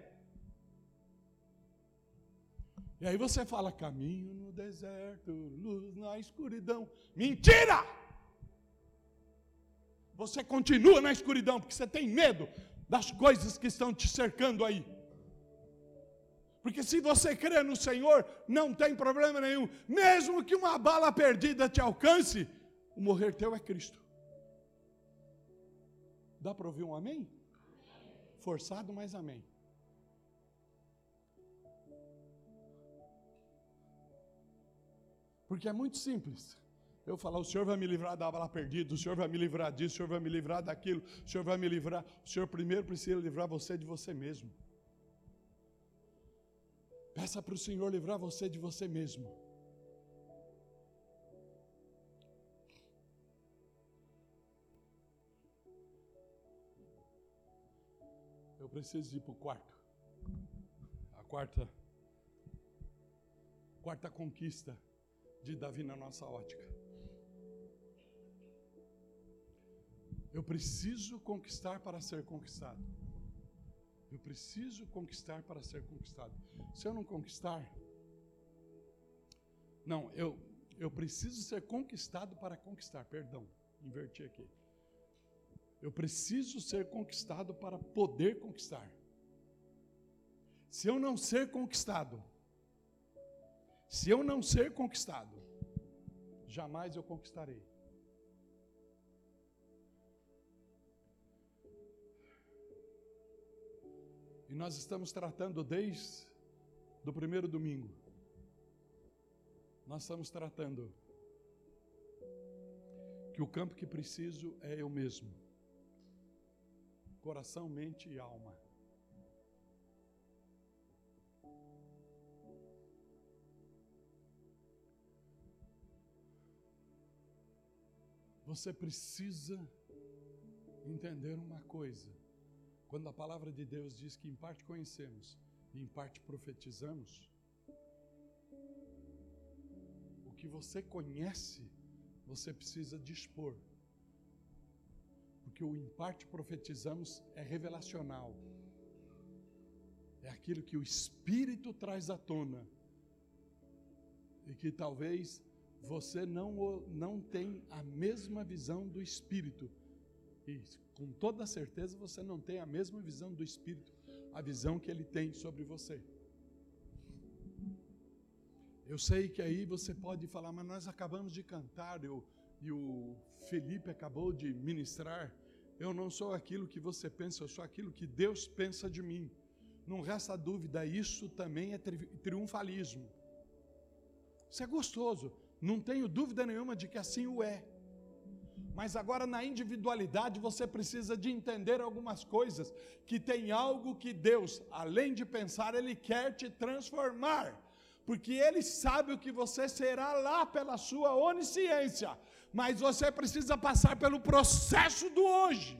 E aí você fala, caminho no deserto, luz na escuridão. Mentira! Você continua na escuridão, porque você tem medo das coisas que estão te cercando aí. Porque se você crê no Senhor, não tem problema nenhum. Mesmo que uma bala perdida te alcance, o morrer teu é Cristo. Dá para ouvir um amém? Forçado, mas amém. Porque é muito simples. Eu falar, o Senhor vai me livrar da bala perdida, o Senhor vai me livrar disso, o Senhor vai me livrar daquilo, o Senhor vai me livrar. O Senhor primeiro precisa livrar você de você mesmo. Peça para o Senhor livrar você de você mesmo. Eu preciso ir para o quarto. A quarta conquista de Davi na nossa ótica. Eu preciso conquistar para ser conquistado. Eu preciso conquistar para ser conquistado. Se eu não conquistar... Não, eu preciso ser conquistado para conquistar. Perdão, inverti aqui. Eu preciso ser conquistado para poder conquistar. Se eu não ser conquistado, jamais eu conquistarei. E nós estamos tratando desde o primeiro domingo. Nós estamos tratando que o campo que preciso é eu mesmo. Coração, mente e alma. Você precisa entender uma coisa. Quando a palavra de Deus diz que em parte conhecemos e em parte profetizamos, o que você conhece, você precisa dispor. Porque o em parte profetizamos é revelacional. É aquilo que o Espírito traz à tona. E que talvez você não tem a mesma visão do Espírito. E com toda certeza você não tem a mesma visão do Espírito, a visão que Ele tem sobre você. Eu sei que aí você pode falar, mas nós acabamos de cantar, e o Felipe acabou de ministrar. Eu não sou aquilo que você pensa, eu sou aquilo que Deus pensa de mim. Não resta dúvida, isso também é triunfalismo. Isso é gostoso, não tenho dúvida nenhuma de que assim o é. Mas agora na individualidade você precisa de entender algumas coisas, que tem algo que Deus, além de pensar, Ele quer te transformar. Porque Ele sabe o que você será lá pela sua onisciência. Mas você precisa passar pelo processo do hoje.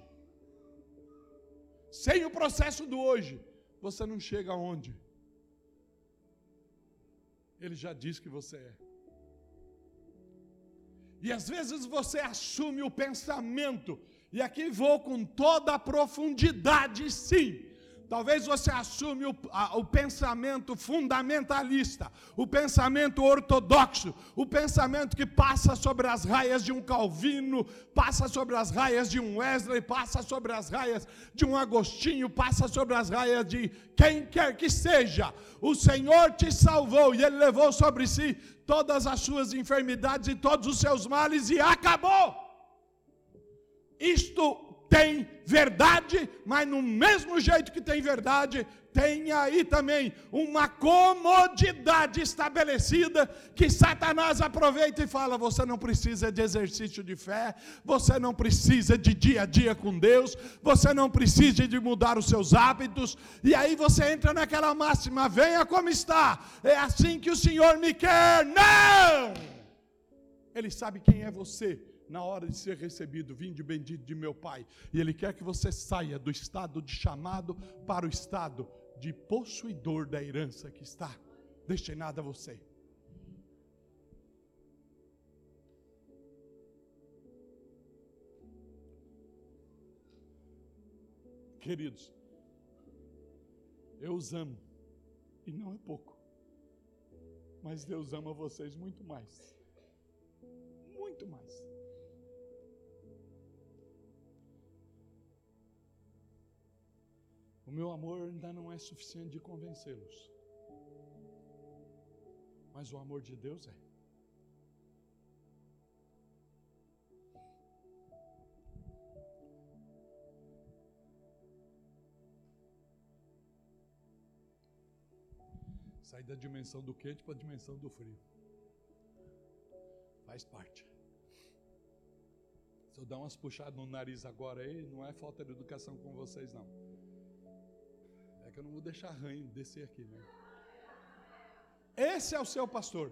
Sem o processo do hoje, você não chega aonde Ele já disse que você é. E às vezes você assume o pensamento, e aqui vou com toda a profundidade, sim. Talvez você assume o pensamento fundamentalista, o pensamento ortodoxo, o pensamento que passa sobre as raias de um Calvino, passa sobre as raias de um Wesley, passa sobre as raias de um Agostinho, passa sobre as raias de quem quer que seja. O Senhor te salvou e Ele levou sobre si todas as suas enfermidades e todos os seus males e acabou. Isto tem verdade, mas no mesmo jeito que tem verdade, tem aí também uma comodidade estabelecida que Satanás aproveita e fala: você não precisa de exercício de fé, você não precisa de dia a dia com Deus, você não precisa de mudar os seus hábitos, e aí você entra naquela máxima: venha como está, é assim que o Senhor me quer. Não! Ele sabe quem é você. Na hora de ser recebido, vinde bendito de meu Pai. E Ele quer que você saia do estado de chamado para o estado de possuidor da herança que está destinada a você. Queridos, eu os amo, e não é pouco, mas Deus ama vocês muito mais. Muito mais. O meu amor ainda não é suficiente de convencê-los. Mas o amor de Deus é. Sair da dimensão do quente para a dimensão do frio. Faz parte. Se eu dar umas puxadas no nariz agora aí, não é falta de educação com vocês, não. É que eu não vou deixar ranho descer aqui, né? Esse é o seu pastor.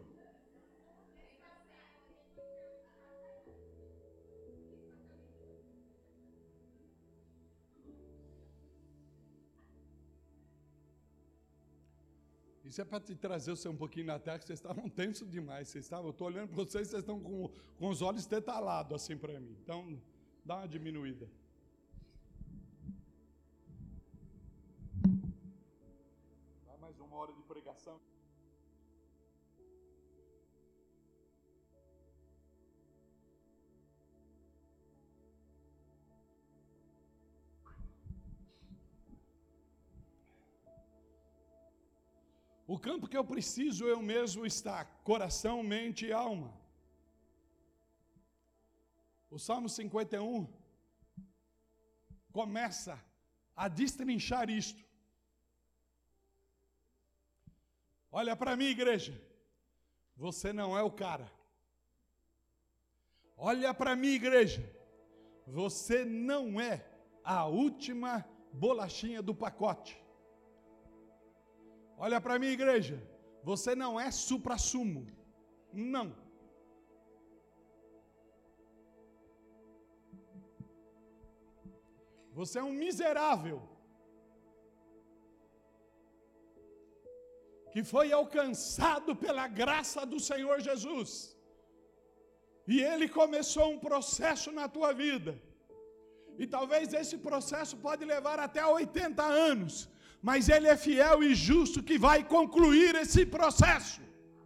Isso é para te trazer você um pouquinho na terra, que vocês estavam tensos demais. Eu estou olhando para vocês estão com os olhos tetalados assim para mim. Então, dá uma diminuída. Vai mais uma hora de pregação. O campo que eu preciso eu mesmo estar, coração, mente e alma. O Salmo 51 começa a destrinchar isto. Olha para mim, igreja, você não é o cara. Olha para mim, igreja, você não é a última bolachinha do pacote. Olha para mim, igreja, você não é suprassumo. Não. Você é um miserável que foi alcançado pela graça do Senhor Jesus. E Ele começou um processo na tua vida. E talvez esse processo pode levar até 80 anos. Mas Ele é fiel e justo que vai concluir esse processo.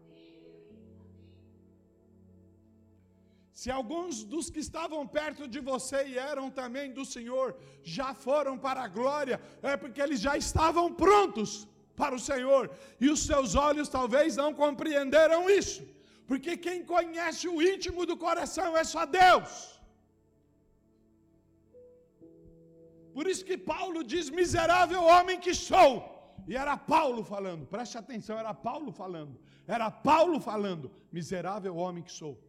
Se alguns dos que estavam perto de você e eram também do Senhor já foram para a glória, é porque eles já estavam prontos para o Senhor. E os seus olhos talvez não compreenderam isso. Porque quem conhece o íntimo do coração é só Deus. Por isso que Paulo diz, miserável homem que sou. E era Paulo falando, preste atenção, era Paulo falando. Era Paulo falando, miserável homem que sou.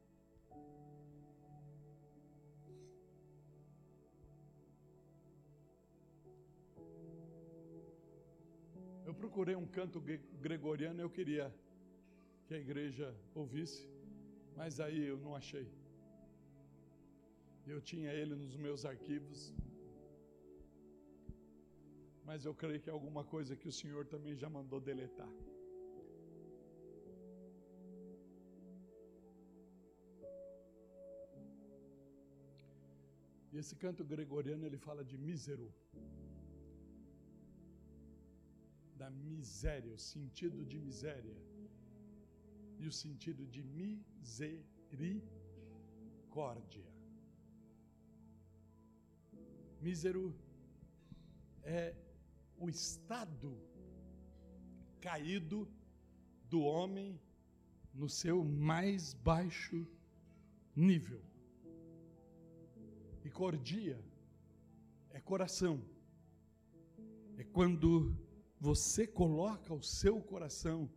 Eu procurei um canto gregoriano, eu queria que a igreja ouvisse, mas aí eu não achei. Eu tinha ele nos meus arquivos, mas eu creio que é alguma coisa que o Senhor também já mandou deletar. E esse canto gregoriano, ele fala de mísero. Da miséria, o sentido de miséria. E o sentido de misericórdia. Mísero é o estado caído do homem no seu mais baixo nível. E cordia é coração. É quando você coloca o seu coração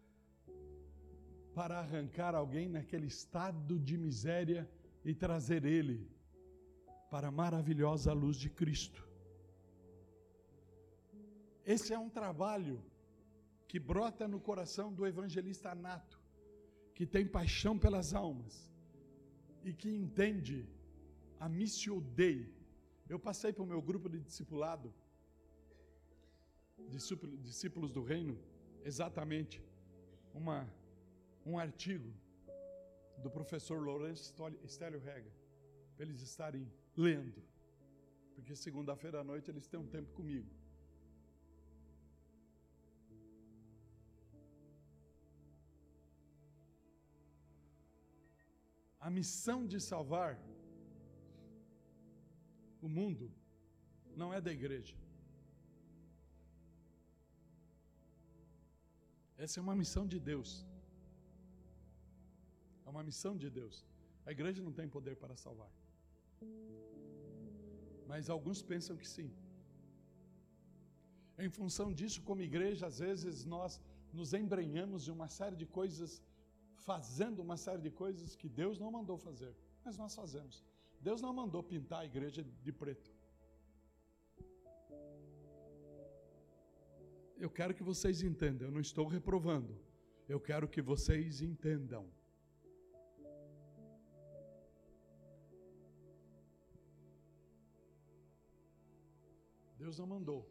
para arrancar alguém naquele estado de miséria e trazer ele para a maravilhosa luz de Cristo. Esse é um trabalho que brota no coração do evangelista nato, que tem paixão pelas almas e que entende a missio Dei. Eu passei para o meu grupo de discipulado, discípulos do reino, exatamente um artigo do professor Lourenço Stélio Rega, para eles estarem lendo, porque segunda-feira à noite eles têm um tempo comigo. A missão de salvar o mundo não é da igreja. Essa é uma missão de Deus. É uma missão de Deus. A igreja não tem poder para salvar. Mas alguns pensam que sim. Em função disso, como igreja, às vezes nós nos embrenhamos de uma série de coisas, fazendo uma série de coisas que Deus não mandou fazer, mas nós fazemos. Deus não mandou pintar a igreja de preto. Eu quero que vocês entendam, eu não estou reprovando. Eu quero que vocês entendam. Deus não mandou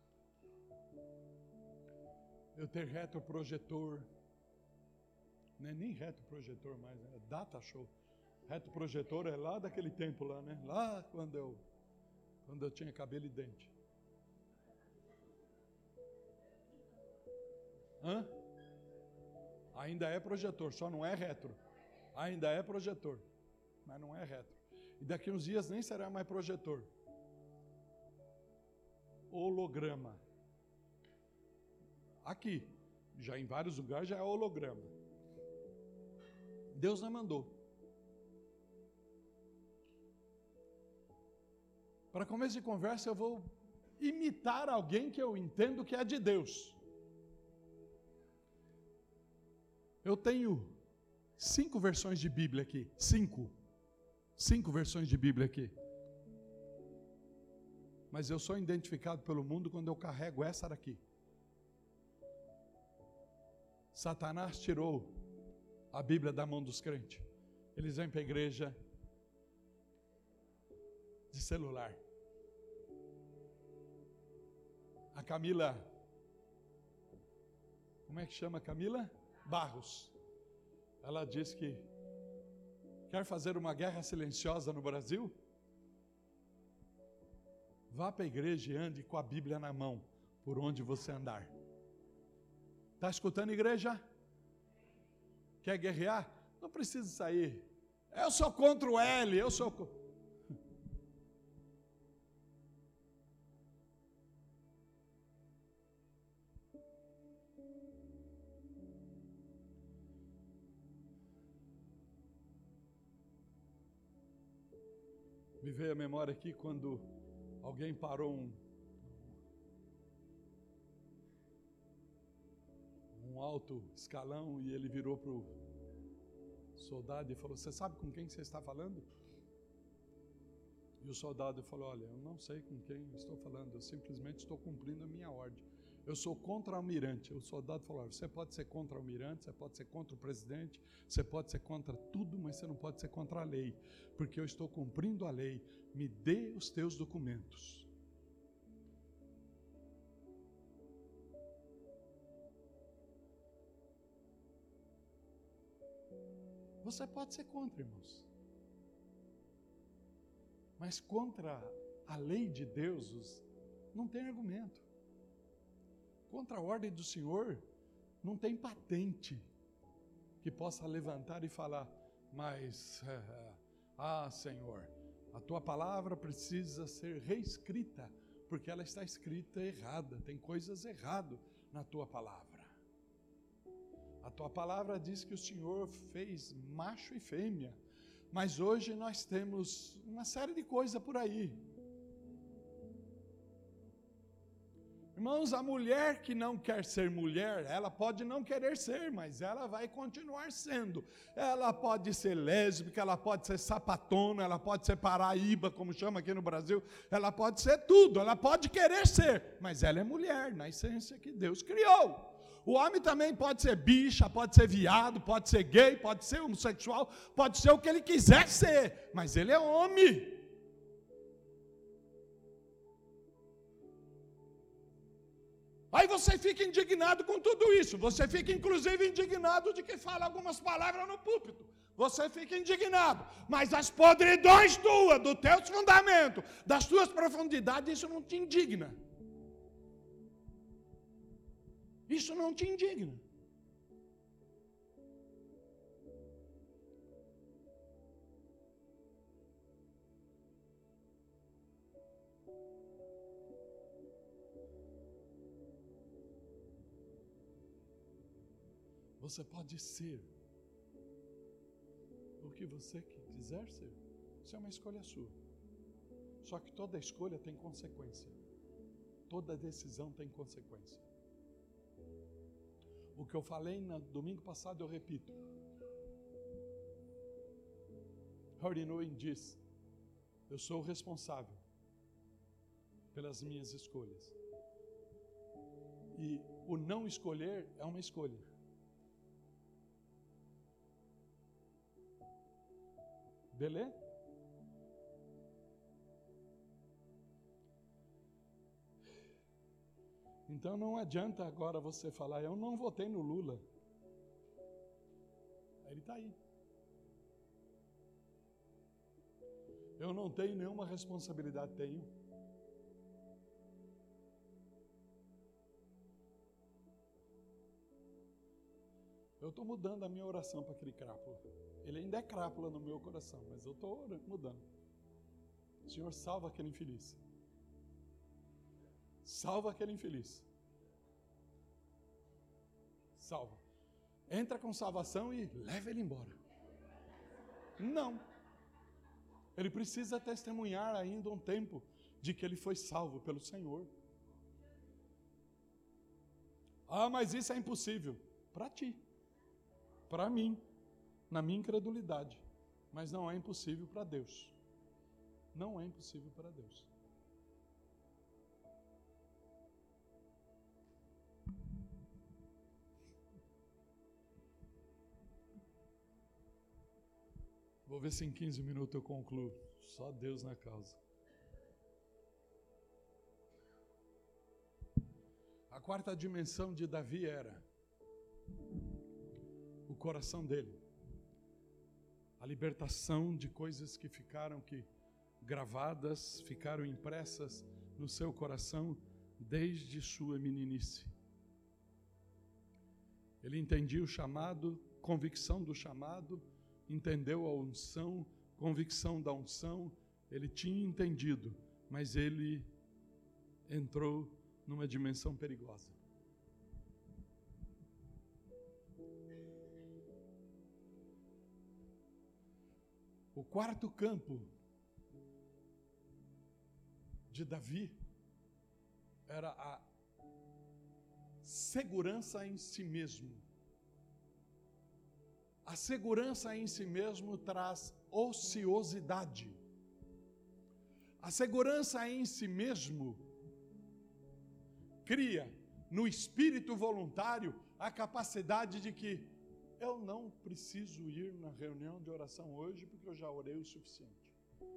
eu ter retroprojetor, não é nem retroprojetor mais, é data show. Retroprojetor é lá daquele tempo lá, né? Lá quando eu tinha cabelo e dente. Hã? Ainda é projetor, só não é retro. Ainda é projetor, mas não é retro. E daqui uns dias nem será mais projetor. Holograma. Aqui, Já em vários lugares já é holograma. Deus não mandou. Para começo de conversa, eu vou imitar alguém que eu entendo que é de Deus. Eu tenho 5 versões de Bíblia aqui. 5 versões de Bíblia aqui. Mas eu sou identificado pelo mundo quando eu carrego essa daqui. Satanás tirou a Bíblia da mão dos crentes. Eles vêm para a igreja de celular. A Camila, como é que chama a Camila? Barros. Ela disse que quer fazer uma guerra silenciosa no Brasil? Vá para a igreja e ande com a Bíblia na mão, por onde você andar. Está escutando, igreja? Quer guerrear? Não precisa sair. Eu sou contra o L, eu sou... Me veio a memória aqui quando alguém parou um alto escalão e ele virou para o soldado e falou: você sabe com quem você está falando? E o soldado falou: olha, eu não sei com quem estou falando, eu simplesmente estou cumprindo a minha ordem. Eu sou contra-almirante. O soldado falou: olha, você pode ser contra-almirante, você pode ser contra o presidente, você pode ser contra tudo, mas você não pode ser contra a lei, porque eu estou cumprindo a lei. Me dê os teus documentos. Você pode ser contra, irmãos. Mas contra a lei de Deus, não tem argumento. Contra a ordem do Senhor, não tem patente que possa levantar e falar: mas, Senhor, a tua palavra precisa ser reescrita, porque ela está escrita errada, tem coisas erradas na tua palavra. A tua palavra diz que o Senhor fez macho e fêmea, mas hoje nós temos uma série de coisas por aí. Irmãos, a mulher que não quer ser mulher, ela pode não querer ser, mas ela vai continuar sendo. Ela pode ser lésbica, ela pode ser sapatona, ela pode ser paraíba, como chama aqui no Brasil, ela pode ser tudo, ela pode querer ser, mas ela é mulher, na essência que Deus criou. O homem também pode ser bicha, pode ser viado, pode ser gay, pode ser homossexual, pode ser o que ele quiser ser, mas ele é homem. Aí você fica indignado com tudo isso. Você fica inclusive indignado de que fala algumas palavras no púlpito. Você fica indignado. Mas as podridões tuas, dos teus fundamentos, das tuas profundidades, isso não te indigna. Isso não te indigna. Você pode ser o que você quiser ser. Isso é uma escolha sua. Só que toda escolha tem consequência. Toda decisão tem consequência. O que eu falei no domingo passado, eu repito. Howard Inouye diz: eu sou o responsável pelas minhas escolhas. E o não escolher é uma escolha. Beleza? Então não adianta agora você falar: eu não votei no Lula. Ele está aí. Eu não tenho nenhuma responsabilidade. Tenho. Eu estou mudando a minha oração para aquele crápula. Ele ainda é crápula no meu coração, mas eu estou mudando. Senhor, salva aquele infeliz. Salva aquele infeliz. salva. Entra com salvação e leva ele embora. Não. Ele precisa testemunhar ainda um tempo de que ele foi salvo pelo Senhor. Ah, mas isso é impossível. Para ti. Para mim. Na minha incredulidade. Mas não é impossível para Deus. Não é impossível para Deus. Vou ver se em 15 minutos eu concluo. Só Deus na causa. A quarta dimensão de Davi era o coração dele. A libertação de coisas que ficaram gravadas, ficaram impressas no seu coração desde sua meninice. Ele entendia o chamado, convicção do chamado, entendeu a unção, convicção da unção, ele tinha entendido, mas ele entrou numa dimensão perigosa. O quarto campo de Davi era a segurança em si mesmo. A segurança em si mesmo traz ociosidade. A segurança em si mesmo cria no espírito voluntário a capacidade de que eu não preciso ir na reunião de oração hoje porque eu já orei o suficiente.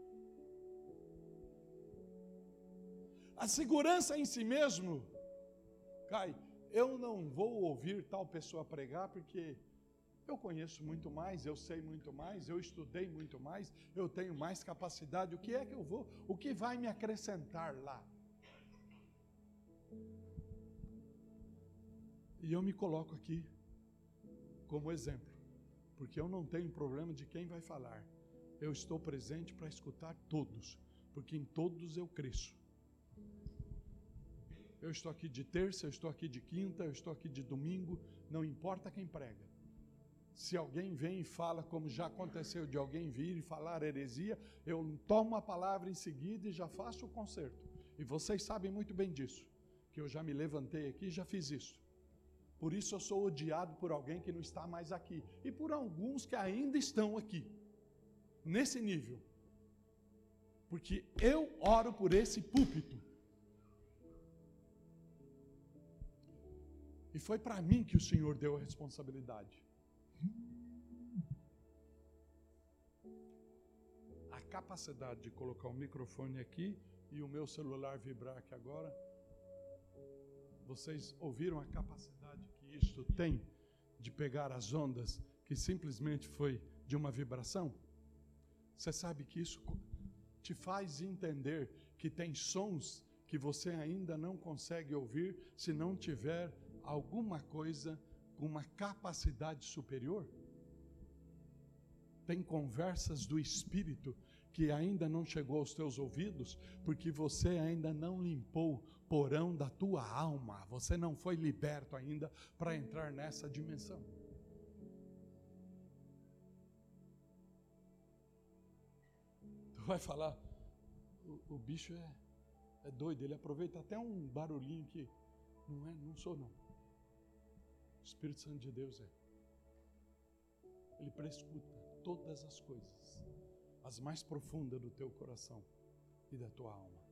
A segurança em si mesmo, eu não vou ouvir tal pessoa pregar porque eu conheço muito mais, eu sei muito mais, eu estudei muito mais, eu tenho mais capacidade. O que é que eu vou? O que vai me acrescentar lá? E eu me coloco aqui como exemplo, porque eu não tenho problema de quem vai falar. Eu estou presente para escutar todos, porque em todos eu cresço. Eu estou aqui de terça, eu estou aqui de quinta, eu estou aqui de domingo, não importa quem prega. Se alguém vem e fala, como já aconteceu de alguém vir e falar heresia, eu tomo a palavra em seguida e já faço o conserto. E vocês sabem muito bem disso, que eu já me levantei aqui e já fiz isso. Por isso eu sou odiado por alguém que não está mais aqui. E por alguns que ainda estão aqui. Nesse nível. Porque eu oro por esse púlpito. E foi para mim que o Senhor deu a responsabilidade. A capacidade de colocar o microfone aqui e o meu celular vibrar aqui agora. Vocês ouviram a capacidade que isto tem de pegar as ondas que simplesmente foi de uma vibração? Você sabe que isso te faz entender que tem sons que você ainda não consegue ouvir se não tiver alguma coisa com uma capacidade superior? Tem conversas do Espírito que ainda não chegou aos teus ouvidos, porque você ainda não limpou o porão da tua alma, você não foi liberto ainda para entrar nessa dimensão. Tu vai falar, o bicho é doido, ele aproveita até um barulhinho que não sou não. O Espírito Santo de Deus ele prescuta todas as coisas, as mais profundas do teu coração e da tua alma.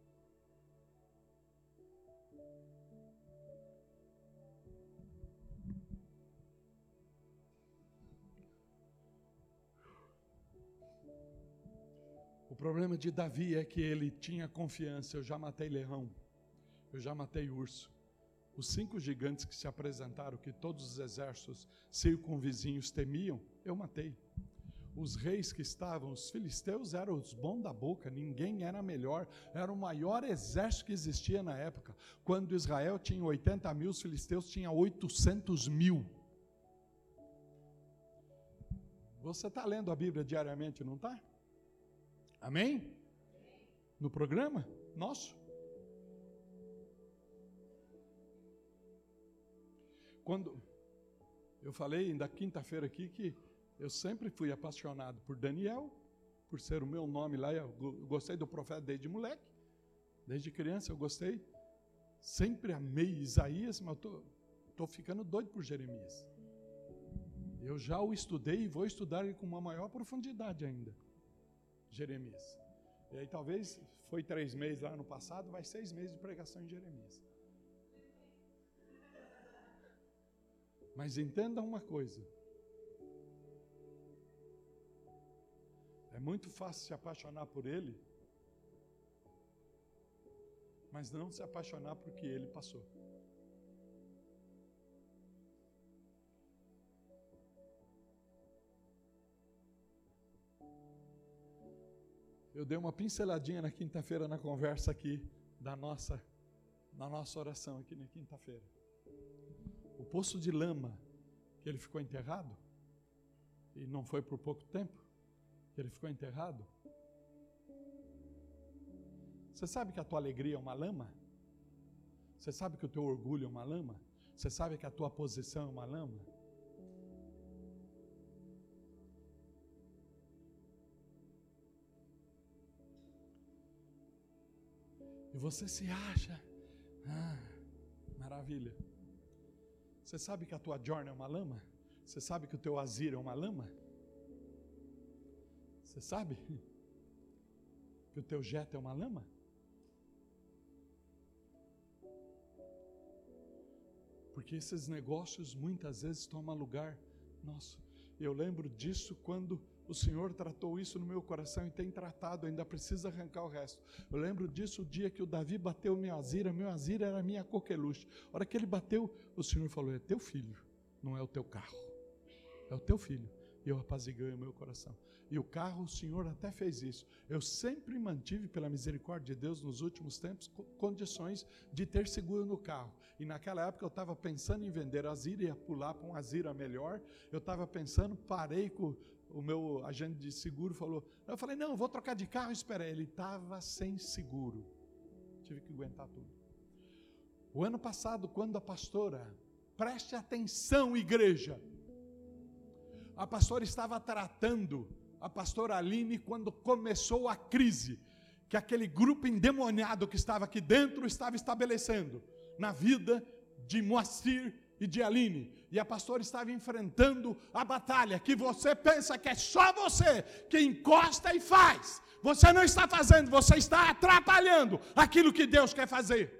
O problema de Davi é que ele tinha confiança. Eu já matei leão, eu já matei urso. Os 5 gigantes que se apresentaram, que todos os exércitos circunvizinhos temiam, eu matei. Os reis que estavam, os filisteus eram os bons da boca, ninguém era melhor, era o maior exército que existia na época. Quando Israel tinha 80 mil, os filisteus tinham 800 mil. Você está lendo a Bíblia diariamente, não está? Amém? No programa nosso? Eu falei da quinta-feira aqui que eu sempre fui apaixonado por Daniel, por ser o meu nome lá. Eu gostei do profeta desde moleque, desde criança eu gostei. Sempre amei Isaías, mas eu estou ficando doido por Jeremias. Eu já o estudei e vou estudar ele com uma maior profundidade ainda. Jeremias. E aí talvez foi 3 meses lá no passado, vai 6 meses de pregação em Jeremias. Mas entenda uma coisa. É muito fácil se apaixonar por ele, mas não se apaixonar por que ele passou. Eu dei uma pinceladinha na quinta-feira na conversa aqui na nossa oração aqui na quinta-feira. O poço de lama que ele ficou enterrado, e não foi por pouco tempo que ele ficou enterrado. Você sabe que a tua alegria é uma lama? Você sabe que o teu orgulho é uma lama? Você sabe que a tua posição é uma lama? E você se acha, maravilha. Você sabe que a tua Jorna é uma lama? Você sabe que o teu Azir é uma lama? Você sabe que o teu Jet é uma lama? Porque esses negócios muitas vezes tomam lugar nosso. Eu lembro disso quando o Senhor tratou isso no meu coração e tem tratado, ainda precisa arrancar o resto. Eu lembro disso o dia que o Davi bateu meu Azir era a minha coqueluche. A hora que ele bateu, o Senhor falou, é teu filho, não é o teu carro, é o teu filho. E eu apaziguei o meu coração. E o carro, o Senhor até fez isso. Eu sempre mantive, pela misericórdia de Deus, nos últimos tempos, condições de ter seguro no carro. E naquela época eu estava pensando em vender Azir, ia pular para um Azira melhor. Eu estava pensando, parei com o meu agente de seguro, falou, eu falei, não, eu vou trocar de carro, espera. Ele estava sem seguro. Tive que aguentar tudo. O ano passado, quando a pastora, preste atenção, igreja, a pastora estava tratando, a pastora Aline, quando começou a crise, que aquele grupo endemoniado que estava aqui dentro estava estabelecendo na vida de Moacir e de Aline. E a pastora estava enfrentando a batalha, que você pensa que é só você que encosta e faz. Você não está fazendo, você está atrapalhando aquilo que Deus quer fazer.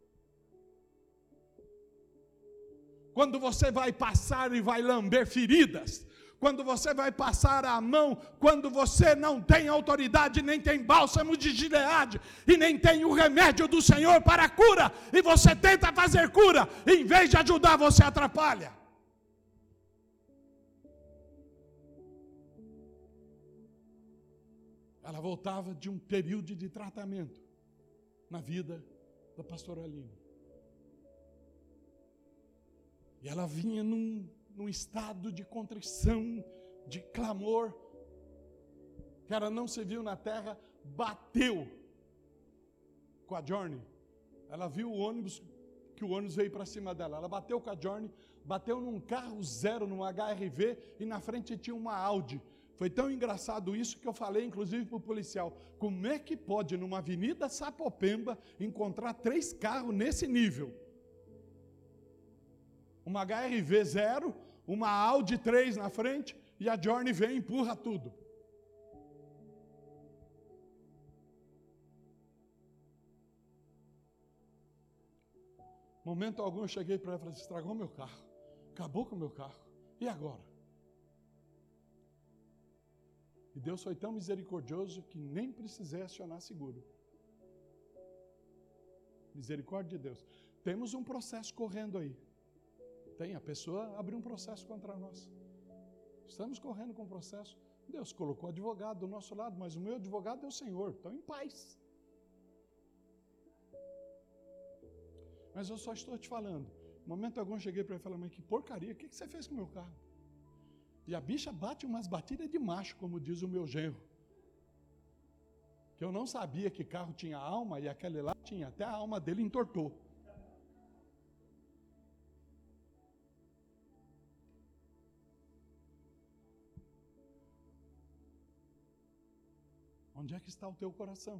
Quando você vai passar e vai lamber feridas, quando você vai passar a mão, quando você não tem autoridade, nem tem bálsamo de Gileade, e nem tem o remédio do Senhor para a cura, e você tenta fazer cura, e em vez de ajudar, você atrapalha. Ela voltava de um período de tratamento na vida da pastora Aline. E ela vinha num estado de contrição, de clamor, que ela não se viu na terra, bateu com a Journey. Ela viu o ônibus, que o ônibus veio para cima dela. Ela bateu com a Journey, bateu num carro zero, num HRV, e na frente tinha uma Audi. Foi tão engraçado isso que eu falei, inclusive, para o policial. Como é que pode, numa avenida Sapopemba, encontrar 3 carros nesse nível? Uma HRV 0, uma Audi 3 na frente, e a Journey vem e empurra tudo. Momento algum eu cheguei para ela e falei, estragou meu carro, acabou com o meu carro, e agora? E Deus foi tão misericordioso que nem precisei acionar seguro. Misericórdia de Deus. Temos um processo correndo aí. A pessoa abriu um processo contra nós. Estamos correndo com o processo. Deus colocou advogado do nosso lado, mas o meu advogado é o Senhor. Então, em paz. Mas eu só estou te falando. No momento algum eu cheguei para ele e falei, mãe, que porcaria, o que você fez com o meu carro? E a bicha bate umas batidas de macho, como diz o meu genro. Que eu não sabia que carro tinha alma, e aquele lá tinha, até a alma dele entortou. Onde é que está o teu coração?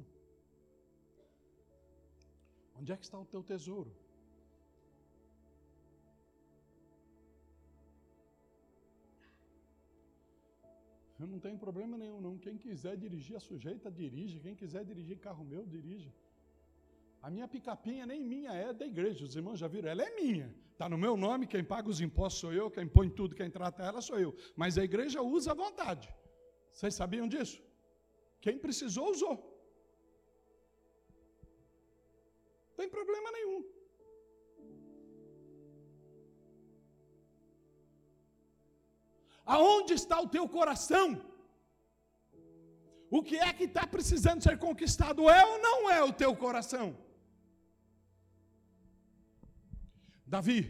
Onde é que está o teu tesouro? Eu não tenho problema nenhum, não. Quem quiser dirigir a sujeita, dirige. Quem quiser dirigir carro meu, dirige. A minha picapinha nem minha, é da igreja. Os irmãos já viram, ela é minha. Está no meu nome, quem paga os impostos sou eu, quem põe tudo, quem trata ela sou eu. Mas a igreja usa à vontade. Vocês sabiam disso? Quem precisou, usou. Não tem problema nenhum. Aonde está o teu coração? O que é que está precisando ser conquistado? É ou não é o teu coração? Davi,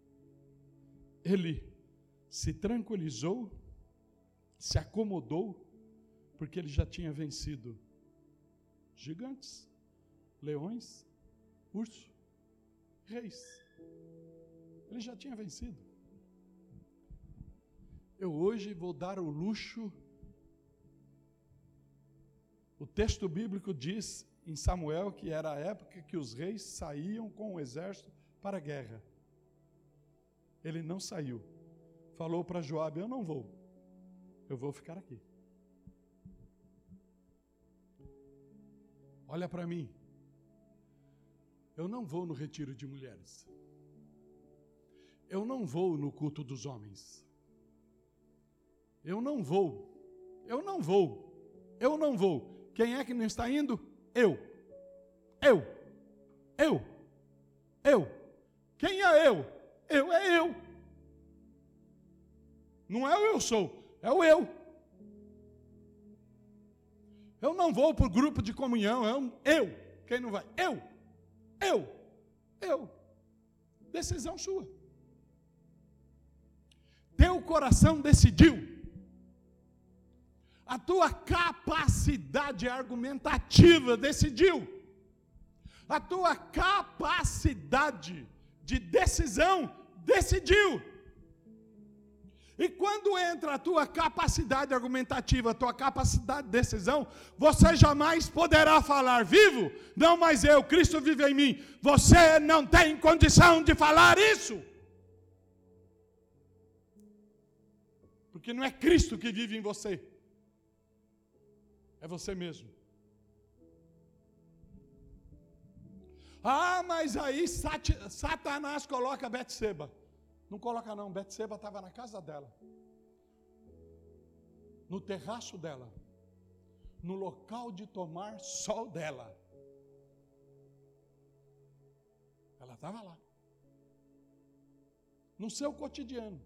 ele se tranquilizou, se acomodou, porque ele já tinha vencido gigantes, leões, urso, reis. Ele já tinha vencido. Eu hoje vou dar o luxo. O texto bíblico diz em Samuel que era a época que os reis saíam com o exército para a guerra. Ele não saiu. Falou para Joabe, eu não vou. Eu vou ficar aqui. Olha para mim. Eu não vou no retiro de mulheres. Eu não vou no culto dos homens. Eu não vou. Eu não vou. Eu não vou. Quem é que não está indo? Eu. Quem é eu? Eu é eu. Não é o eu sou, é o eu. Eu não vou para o grupo de comunhão, é um eu. Quem não vai? Eu. Decisão sua. Teu coração decidiu. A tua capacidade argumentativa decidiu. A tua capacidade de decisão decidiu. E quando entra a tua capacidade argumentativa, a tua capacidade de decisão, você jamais poderá falar, vivo? Não, mas eu, Cristo vive em mim. Você não tem condição de falar isso. Porque não é Cristo que vive em você. É você mesmo. Ah, mas aí Satanás coloca Betseba. Não coloca não, Betseba estava na casa dela. No terraço dela. No local de tomar sol dela. Ela estava lá. No seu cotidiano.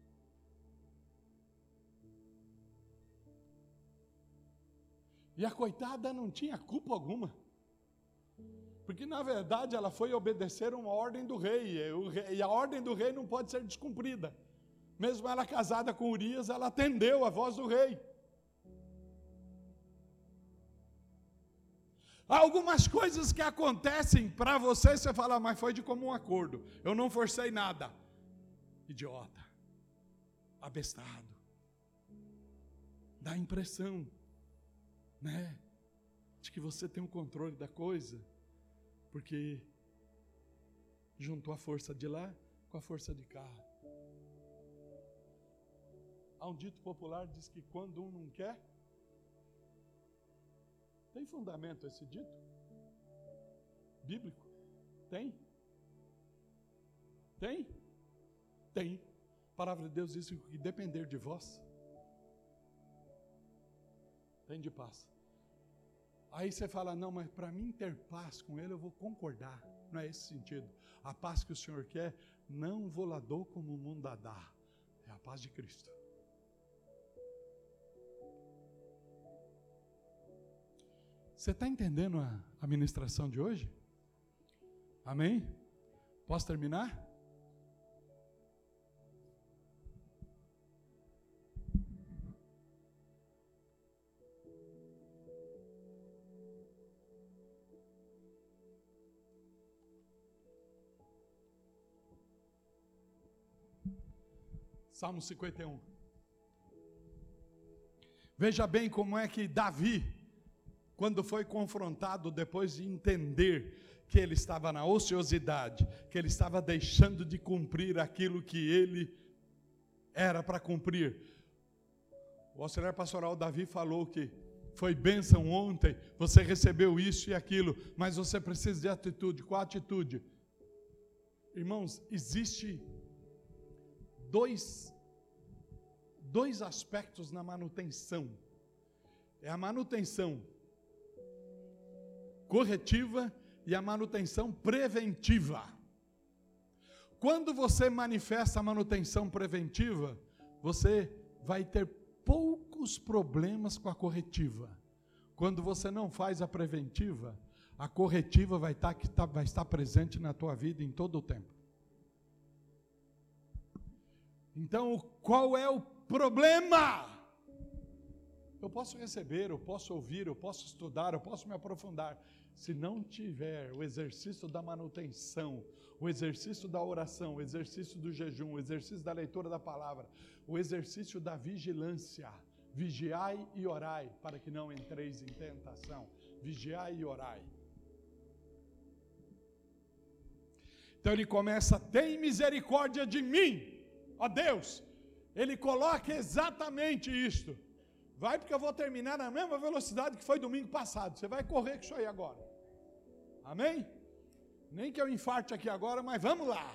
E a coitada não tinha culpa alguma. Porque, na verdade, ela foi obedecer uma ordem do rei. E a ordem do rei não pode ser descumprida. Mesmo ela casada com Urias, ela atendeu a voz do rei. Há algumas coisas que acontecem para você fala, mas foi de comum acordo. Eu não forcei nada. Idiota. Abestado. Dá a impressão, né, de que você tem o controle da coisa, porque juntou a força de lá com a força de cá. Há um dito popular que diz que quando um não quer, tem fundamento esse dito? Bíblico? Tem? Tem? Tem. A palavra de Deus diz que depender de vós, tem de paz. Aí você fala, não, mas para mim ter paz com ele, eu vou concordar. Não é esse sentido. A paz que o Senhor quer, não vou lá dou como o mundo dá. É a paz de Cristo. Você está entendendo a ministração de hoje? Amém? Posso terminar? Salmo 51. Veja bem como é que Davi quando foi confrontado depois de entender que ele estava na ociosidade, que ele estava deixando de cumprir aquilo que ele era para cumprir. O auxiliar pastoral Davi falou que foi bênção ontem, você recebeu isso e aquilo, mas você precisa de atitude. Qual atitude? Irmãos, existe dois aspectos na manutenção. É a manutenção corretiva e a manutenção preventiva. Quando você manifesta a manutenção preventiva, você vai ter poucos problemas com a corretiva. Quando você não faz a preventiva, a corretiva vai estar presente na tua vida em todo o tempo. Então, qual é o problema? Eu posso receber, eu posso ouvir, eu posso estudar, eu posso me aprofundar. Se não tiver o exercício da manutenção, o exercício da oração, o exercício do jejum, o exercício da leitura da palavra, o exercício da vigilância, vigiai e orai, para que não entreis em tentação. Vigiai e orai. Então ele começa, tem misericórdia de mim, ó Deus. Ele coloca exatamente isto. Vai, porque eu vou terminar na mesma velocidade que foi domingo passado. Você vai correr com isso aí agora. Amém? Nem que eu infarte aqui agora, mas vamos lá.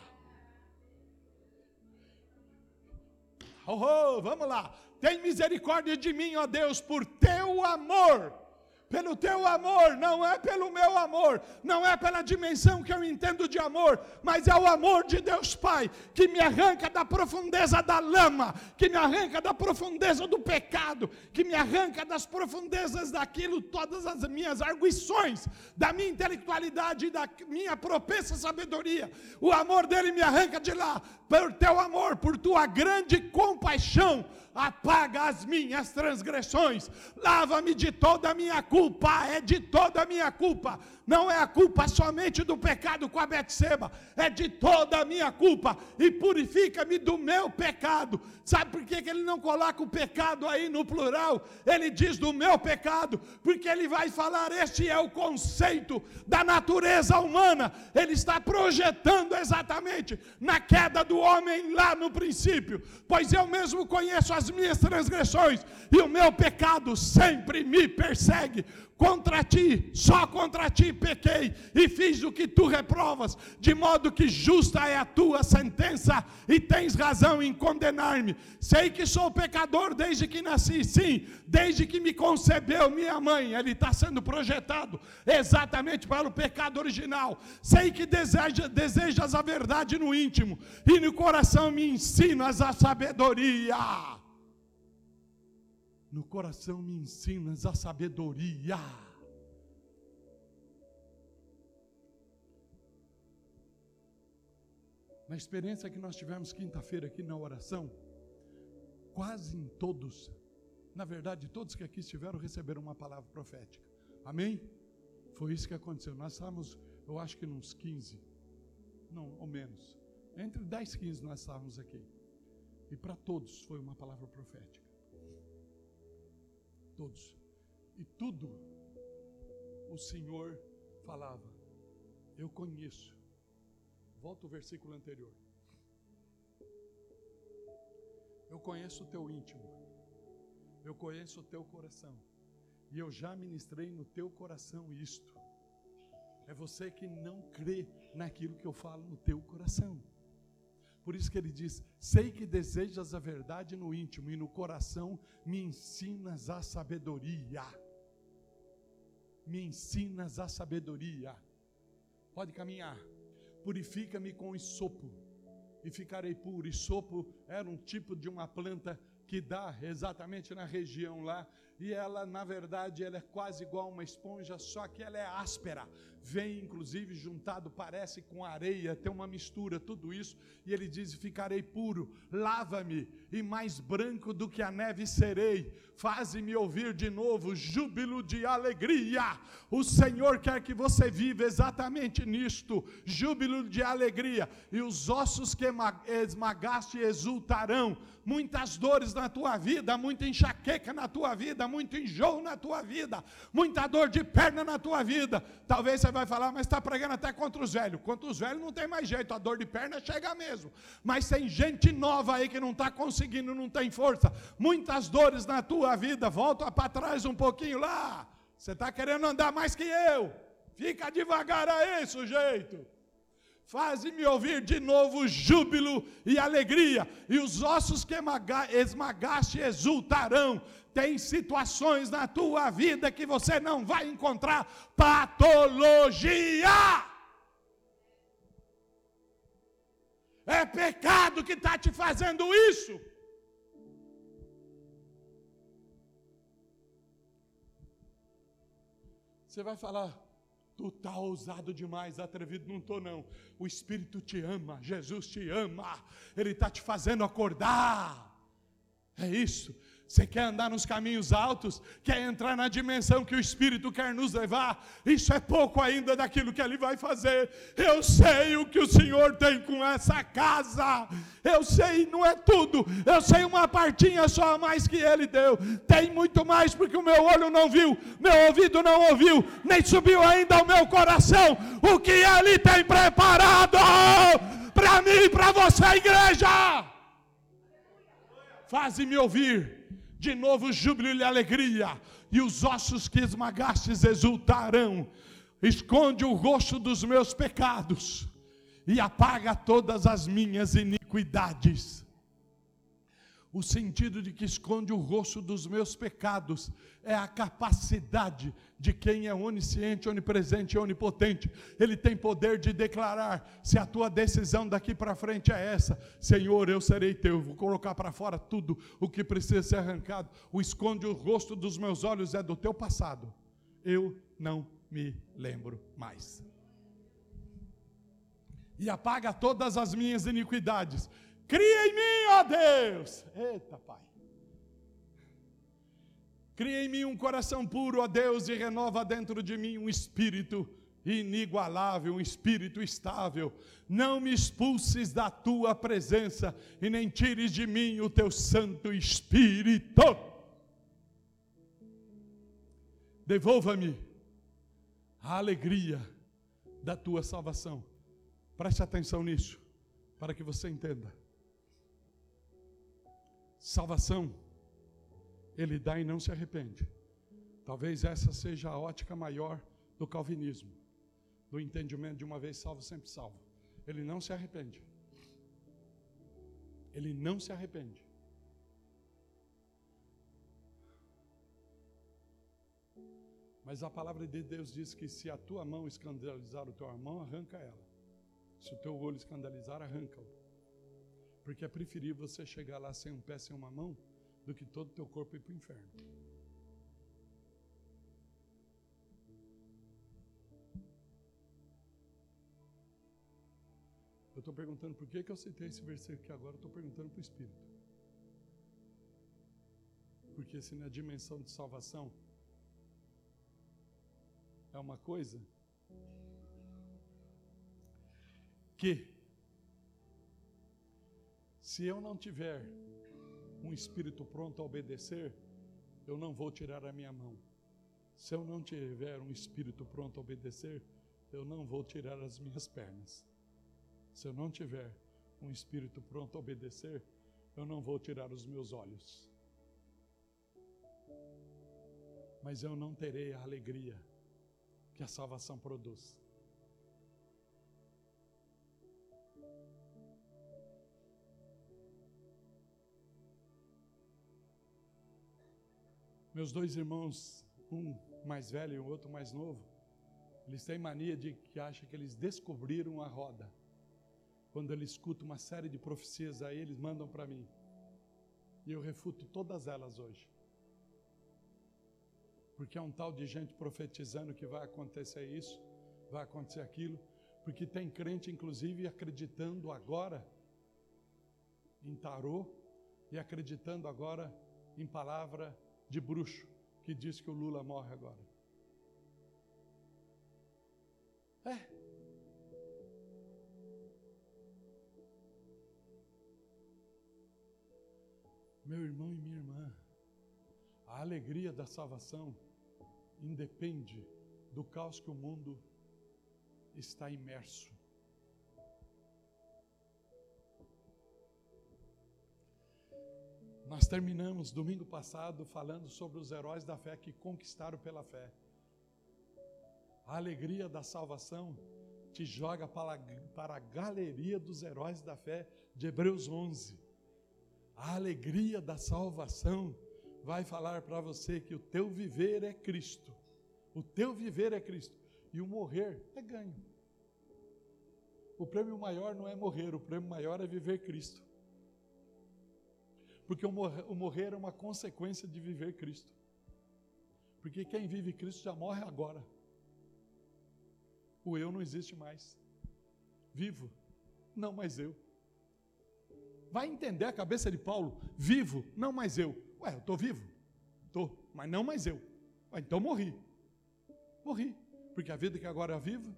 Vamos lá. Tem misericórdia de mim, ó Deus, por teu amor. Pelo teu amor, não é pelo meu amor, não é pela dimensão que eu entendo de amor, mas é o amor de Deus Pai, que me arranca da profundeza da lama, que me arranca da profundeza do pecado, que me arranca das profundezas daquilo, todas as minhas arguições, da minha intelectualidade e da minha propensa sabedoria. O amor dele me arranca de lá, por teu amor, por tua grande compaixão, apaga as minhas transgressões, lava-me de toda a minha culpa, é de toda a minha culpa, não é a culpa somente do pecado com a Betseba, é de toda a minha culpa, e purifica-me do meu pecado. Sabe por que ele não coloca o pecado aí no plural? Ele diz do meu pecado, porque ele vai falar, este é o conceito da natureza humana, ele está projetando exatamente na queda do homem lá no princípio, pois eu mesmo conheço as minhas transgressões, e o meu pecado sempre me persegue. Contra ti, só contra ti pequei, e fiz o que tu reprovas, de modo que justa é a tua sentença, e tens razão em condenar-me. Sei que sou pecador desde que nasci, sim, desde que me concebeu minha mãe. Ele está sendo projetado exatamente para o pecado original. Sei que desejas a verdade no íntimo, e no coração me ensinas a sabedoria. No coração me ensinas a sabedoria. Na experiência que nós tivemos quinta-feira aqui na oração, quase em todos, na verdade todos que aqui estiveram receberam uma palavra profética. Amém? Foi isso que aconteceu. Nós estávamos, eu acho que uns 15, não, ou menos. Entre 10 e 15 nós estávamos aqui. E para todos foi uma palavra profética. Todos. E tudo o Senhor falava. Eu conheço. Volta o versículo anterior. Eu conheço o teu íntimo. Eu conheço o teu coração. E eu já ministrei no teu coração isto. É você que não crê naquilo que eu falo no teu coração. Por isso que ele diz, sei que desejas a verdade no íntimo, e no coração me ensinas a sabedoria. Me ensinas a sabedoria. Pode caminhar. Purifica-me com isopo, e ficarei puro. Isopo era um tipo de uma planta que dá exatamente na região lá, e ela, na verdade, ela é quase igual a uma esponja, só que ela é áspera, vem inclusive juntado, parece com areia, tem uma mistura, tudo isso, e ele diz, ficarei puro, lava-me, e mais branco do que a neve serei, faze-me ouvir de novo, júbilo de alegria. O Senhor quer que você viva exatamente nisto, júbilo de alegria, e os ossos que esmagaste exultam, exultarão. Muitas dores na tua vida, muita enxaqueca na tua vida, muito enjoo na tua vida, muita dor de perna na tua vida. Talvez você vai falar, mas está pregando até contra os velhos. Contra os velhos não tem mais jeito, a dor de perna chega mesmo. Mas tem gente nova aí que não está conseguindo, não tem força. Muitas dores na tua vida. Volta para trás um pouquinho lá. Você está querendo andar mais que eu. Fica devagar aí, sujeito. Faze-me ouvir de novo júbilo e alegria, e os ossos que esmagaste exultarão. Tem situações na tua vida que você não vai encontrar patologia. É pecado que está te fazendo isso. Você vai falar, tu está ousado demais, atrevido. Não estou não. O Espírito te ama, Jesus te ama. Ele está te fazendo acordar. É isso. Você quer andar nos caminhos altos? Quer entrar na dimensão que o Espírito quer nos levar? Isso é pouco ainda daquilo que Ele vai fazer. Eu sei o que o Senhor tem com essa casa. Eu sei, não é tudo. Eu sei uma partinha só a mais que Ele deu. Tem muito mais porque o meu olho não viu, meu ouvido não ouviu, nem subiu ainda ao meu coração o que Ele tem preparado para mim e para você, igreja. Faze-me ouvir de novo júbilo e alegria, e os ossos que esmagastes exultarão. Esconde o rosto dos meus pecados e apaga todas as minhas iniquidades. O sentido de que esconde o rosto dos meus pecados é a capacidade de quem é onisciente, onipresente e onipotente. Ele tem poder de declarar, se a tua decisão daqui para frente é essa: Senhor, eu serei teu, vou colocar para fora tudo o que precisa ser arrancado. O esconde o rosto dos meus olhos é do teu passado. Eu não me lembro mais. E apaga todas as minhas iniquidades. Cria em mim, ó Deus. Eita, Pai. Cria em mim um coração puro, ó Deus, e renova dentro de mim um espírito inigualável, um espírito estável. Não me expulses da tua presença e nem tires de mim o teu Santo Espírito. Devolva-me a alegria da tua salvação. Preste atenção nisso, para que você entenda. Salvação, Ele dá e não se arrepende. Talvez essa seja a ótica maior do calvinismo, do entendimento de uma vez salvo, sempre salvo. Ele não se arrepende. Ele não se arrepende. Mas a palavra de Deus diz que se a tua mão escandalizar o teu irmão, arranca ela. Se o teu olho escandalizar, arranca-o. Porque é preferível você chegar lá sem um pé, sem uma mão, do que todo o teu corpo ir para o inferno. Eu estou perguntando por que eu citei esse versículo aqui agora, eu estou perguntando para o Espírito. Porque se na dimensão de salvação é uma coisa que, se eu não tiver um espírito pronto a obedecer, eu não vou tirar a minha mão. Se eu não tiver um espírito pronto a obedecer, eu não vou tirar as minhas pernas. Se eu não tiver um espírito pronto a obedecer, eu não vou tirar os meus olhos. Mas eu não terei a alegria que a salvação produz. Meus dois irmãos, um mais velho e o outro mais novo, eles têm mania de que acham que eles descobriram a roda. Quando eles escutam uma série de profecias aí, eles mandam para mim. E eu refuto todas elas hoje. Porque é um tal de gente profetizando que vai acontecer isso, vai acontecer aquilo. Porque tem crente, inclusive, acreditando agora em tarô e acreditando agora em palavra de bruxo, que diz que o Lula morre agora. Meu irmão e minha irmã, a alegria da salvação independe do caos que o mundo está imerso. Nós terminamos domingo passado falando sobre os heróis da fé que conquistaram pela fé. A alegria da salvação te joga para a galeria dos heróis da fé de Hebreus 11. A alegria da salvação vai falar para você que o teu viver é Cristo. O teu viver é Cristo. E o morrer é ganho. O prêmio maior não é morrer, o prêmio maior é viver Cristo. Porque o morrer é uma consequência de viver Cristo. Porque quem vive Cristo já morre agora. O eu não existe mais. Vivo, não mais eu. Vai entender a cabeça de Paulo? Vivo, não mais eu. Ué, eu estou vivo? Estou, mas não mais eu. Ué, então morri. Morri, porque a vida que agora eu vivo.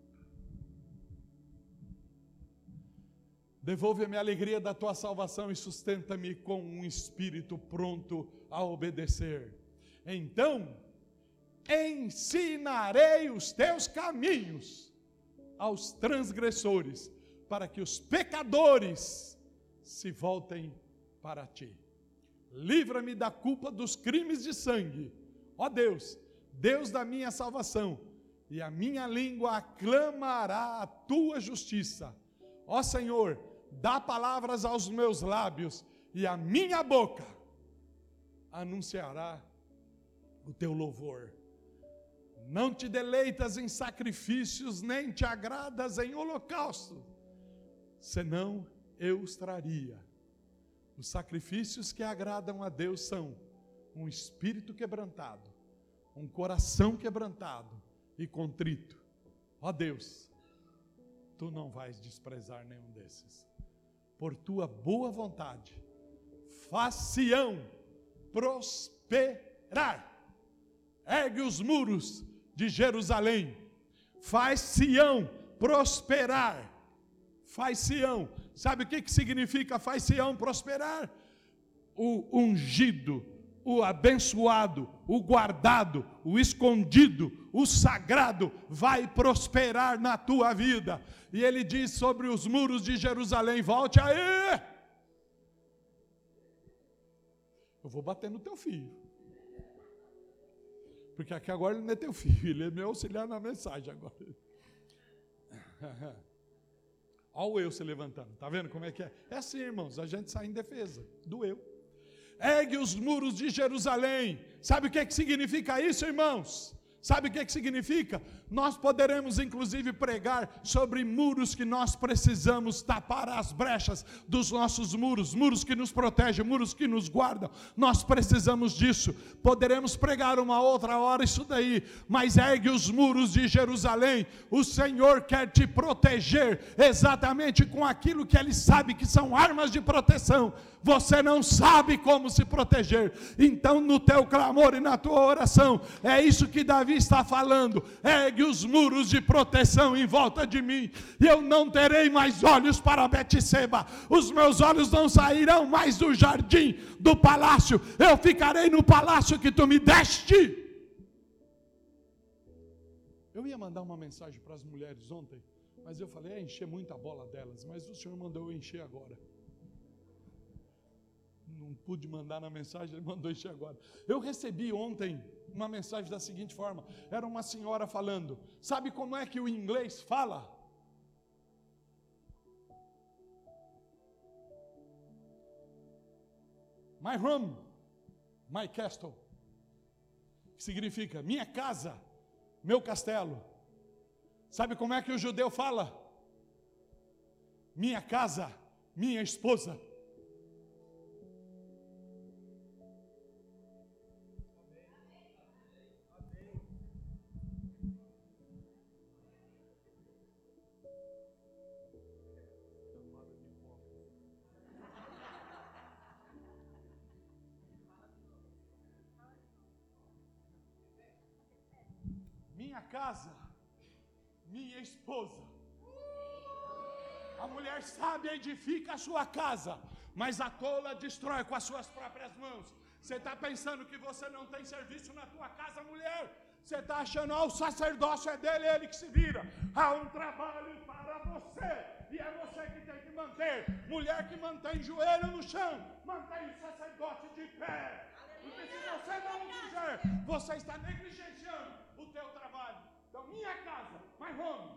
Devolve-me a alegria da tua salvação e sustenta-me com um espírito pronto a obedecer. Então, ensinarei os teus caminhos aos transgressores, para que os pecadores se voltem para ti. Livra-me da culpa dos crimes de sangue. Ó Deus, Deus da minha salvação, e a minha língua aclamará a tua justiça. Ó Senhor, dá palavras aos meus lábios, e a minha boca anunciará o teu louvor. Não te deleitas em sacrifícios, nem te agradas em holocausto, senão eu os traria. Os sacrifícios que agradam a Deus são um espírito quebrantado, um coração quebrantado e contrito. Ó Deus, tu não vais desprezar nenhum desses. Por tua boa vontade, faz-se-ão prosperar. Ergue os muros de Jerusalém, faz-se-ão prosperar. Faz-se-ão. Sabe o que significa faz-se-ão prosperar? O ungido, o abençoado, o guardado, o escondido, o sagrado vai prosperar na tua vida. E ele diz sobre os muros de Jerusalém: volte aí. Eu vou bater no teu filho, porque aqui agora ele não é teu filho, ele é meu auxiliar na mensagem agora. Olha o eu se levantando, está vendo como é que é? É assim, irmãos, a gente sai em defesa do eu. Ergue os muros de Jerusalém. Sabe o que significa isso, irmãos? Sabe o que significa? Nós poderemos inclusive pregar sobre muros que nós precisamos tapar as brechas dos nossos muros, muros que nos protegem, muros que nos guardam. Nós precisamos disso. Poderemos pregar uma outra hora isso daí, mas ergue os muros de Jerusalém. O Senhor quer te proteger exatamente com aquilo que Ele sabe que são armas de proteção. Você não sabe como se proteger, então no teu clamor e na tua oração, é isso que Davi está falando: ergue os muros de proteção em volta de mim, e eu não terei mais olhos para Betseba, os meus olhos não sairão mais do jardim do palácio, eu ficarei no palácio que tu me deste. Eu ia mandar uma mensagem para as mulheres ontem, mas eu falei, encher muita bola delas, mas o Senhor mandou eu encher agora. Não pude mandar na mensagem, ele mandou encher agora. Eu recebi ontem uma mensagem da seguinte forma: era uma senhora falando, sabe como é que o inglês fala? My home, my castle, que significa minha casa, meu castelo. Sabe como é que o judeu fala? Minha casa, minha esposa. Minha casa, minha esposa. A mulher sábia edifica a sua casa, mas a tola destrói com as suas próprias mãos. Você está pensando que você não tem serviço na tua casa, mulher? Você está achando, o sacerdócio é dele, ele que se vira. Há um trabalho para você, e é você que tem que manter. Mulher que mantém joelho no chão, mantém o sacerdócio de pé. Porque se você não fizer, você está negligenciando o teu trabalho. Então, minha casa, my home.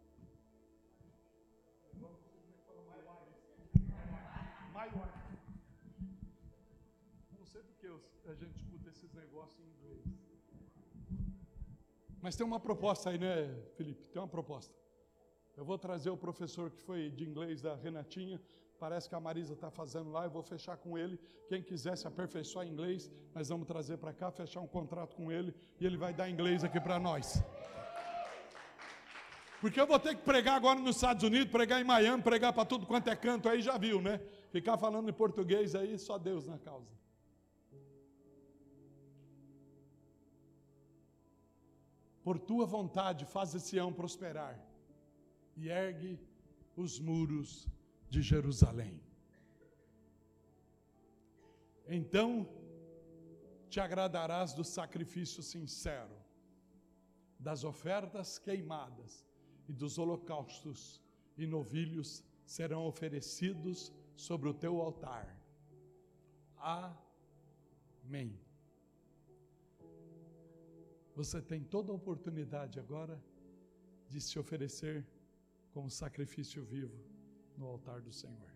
My wife. Não sei porque a gente escuta esses negócios em inglês. Mas tem uma proposta aí, né, Felipe? Tem uma proposta. Eu vou trazer o professor que foi de inglês da Renatinha. Parece que a Marisa está fazendo lá. Eu vou fechar com ele. Quem quiser se aperfeiçoar em inglês, nós vamos trazer para cá, fechar um contrato com ele. E ele vai dar inglês aqui para nós. Porque eu vou ter que pregar agora nos Estados Unidos, pregar em Miami, pregar para tudo quanto é canto aí, já viu, né? Ficar falando em português aí, só Deus na causa. Por tua vontade, faz Sião prosperar e ergue os muros de Jerusalém. Então te agradarás do sacrifício sincero, das ofertas queimadas e dos holocaustos e novilhos serão oferecidos sobre o teu altar. Amém. Você tem toda a oportunidade agora de se oferecer como sacrifício vivo no altar do Senhor.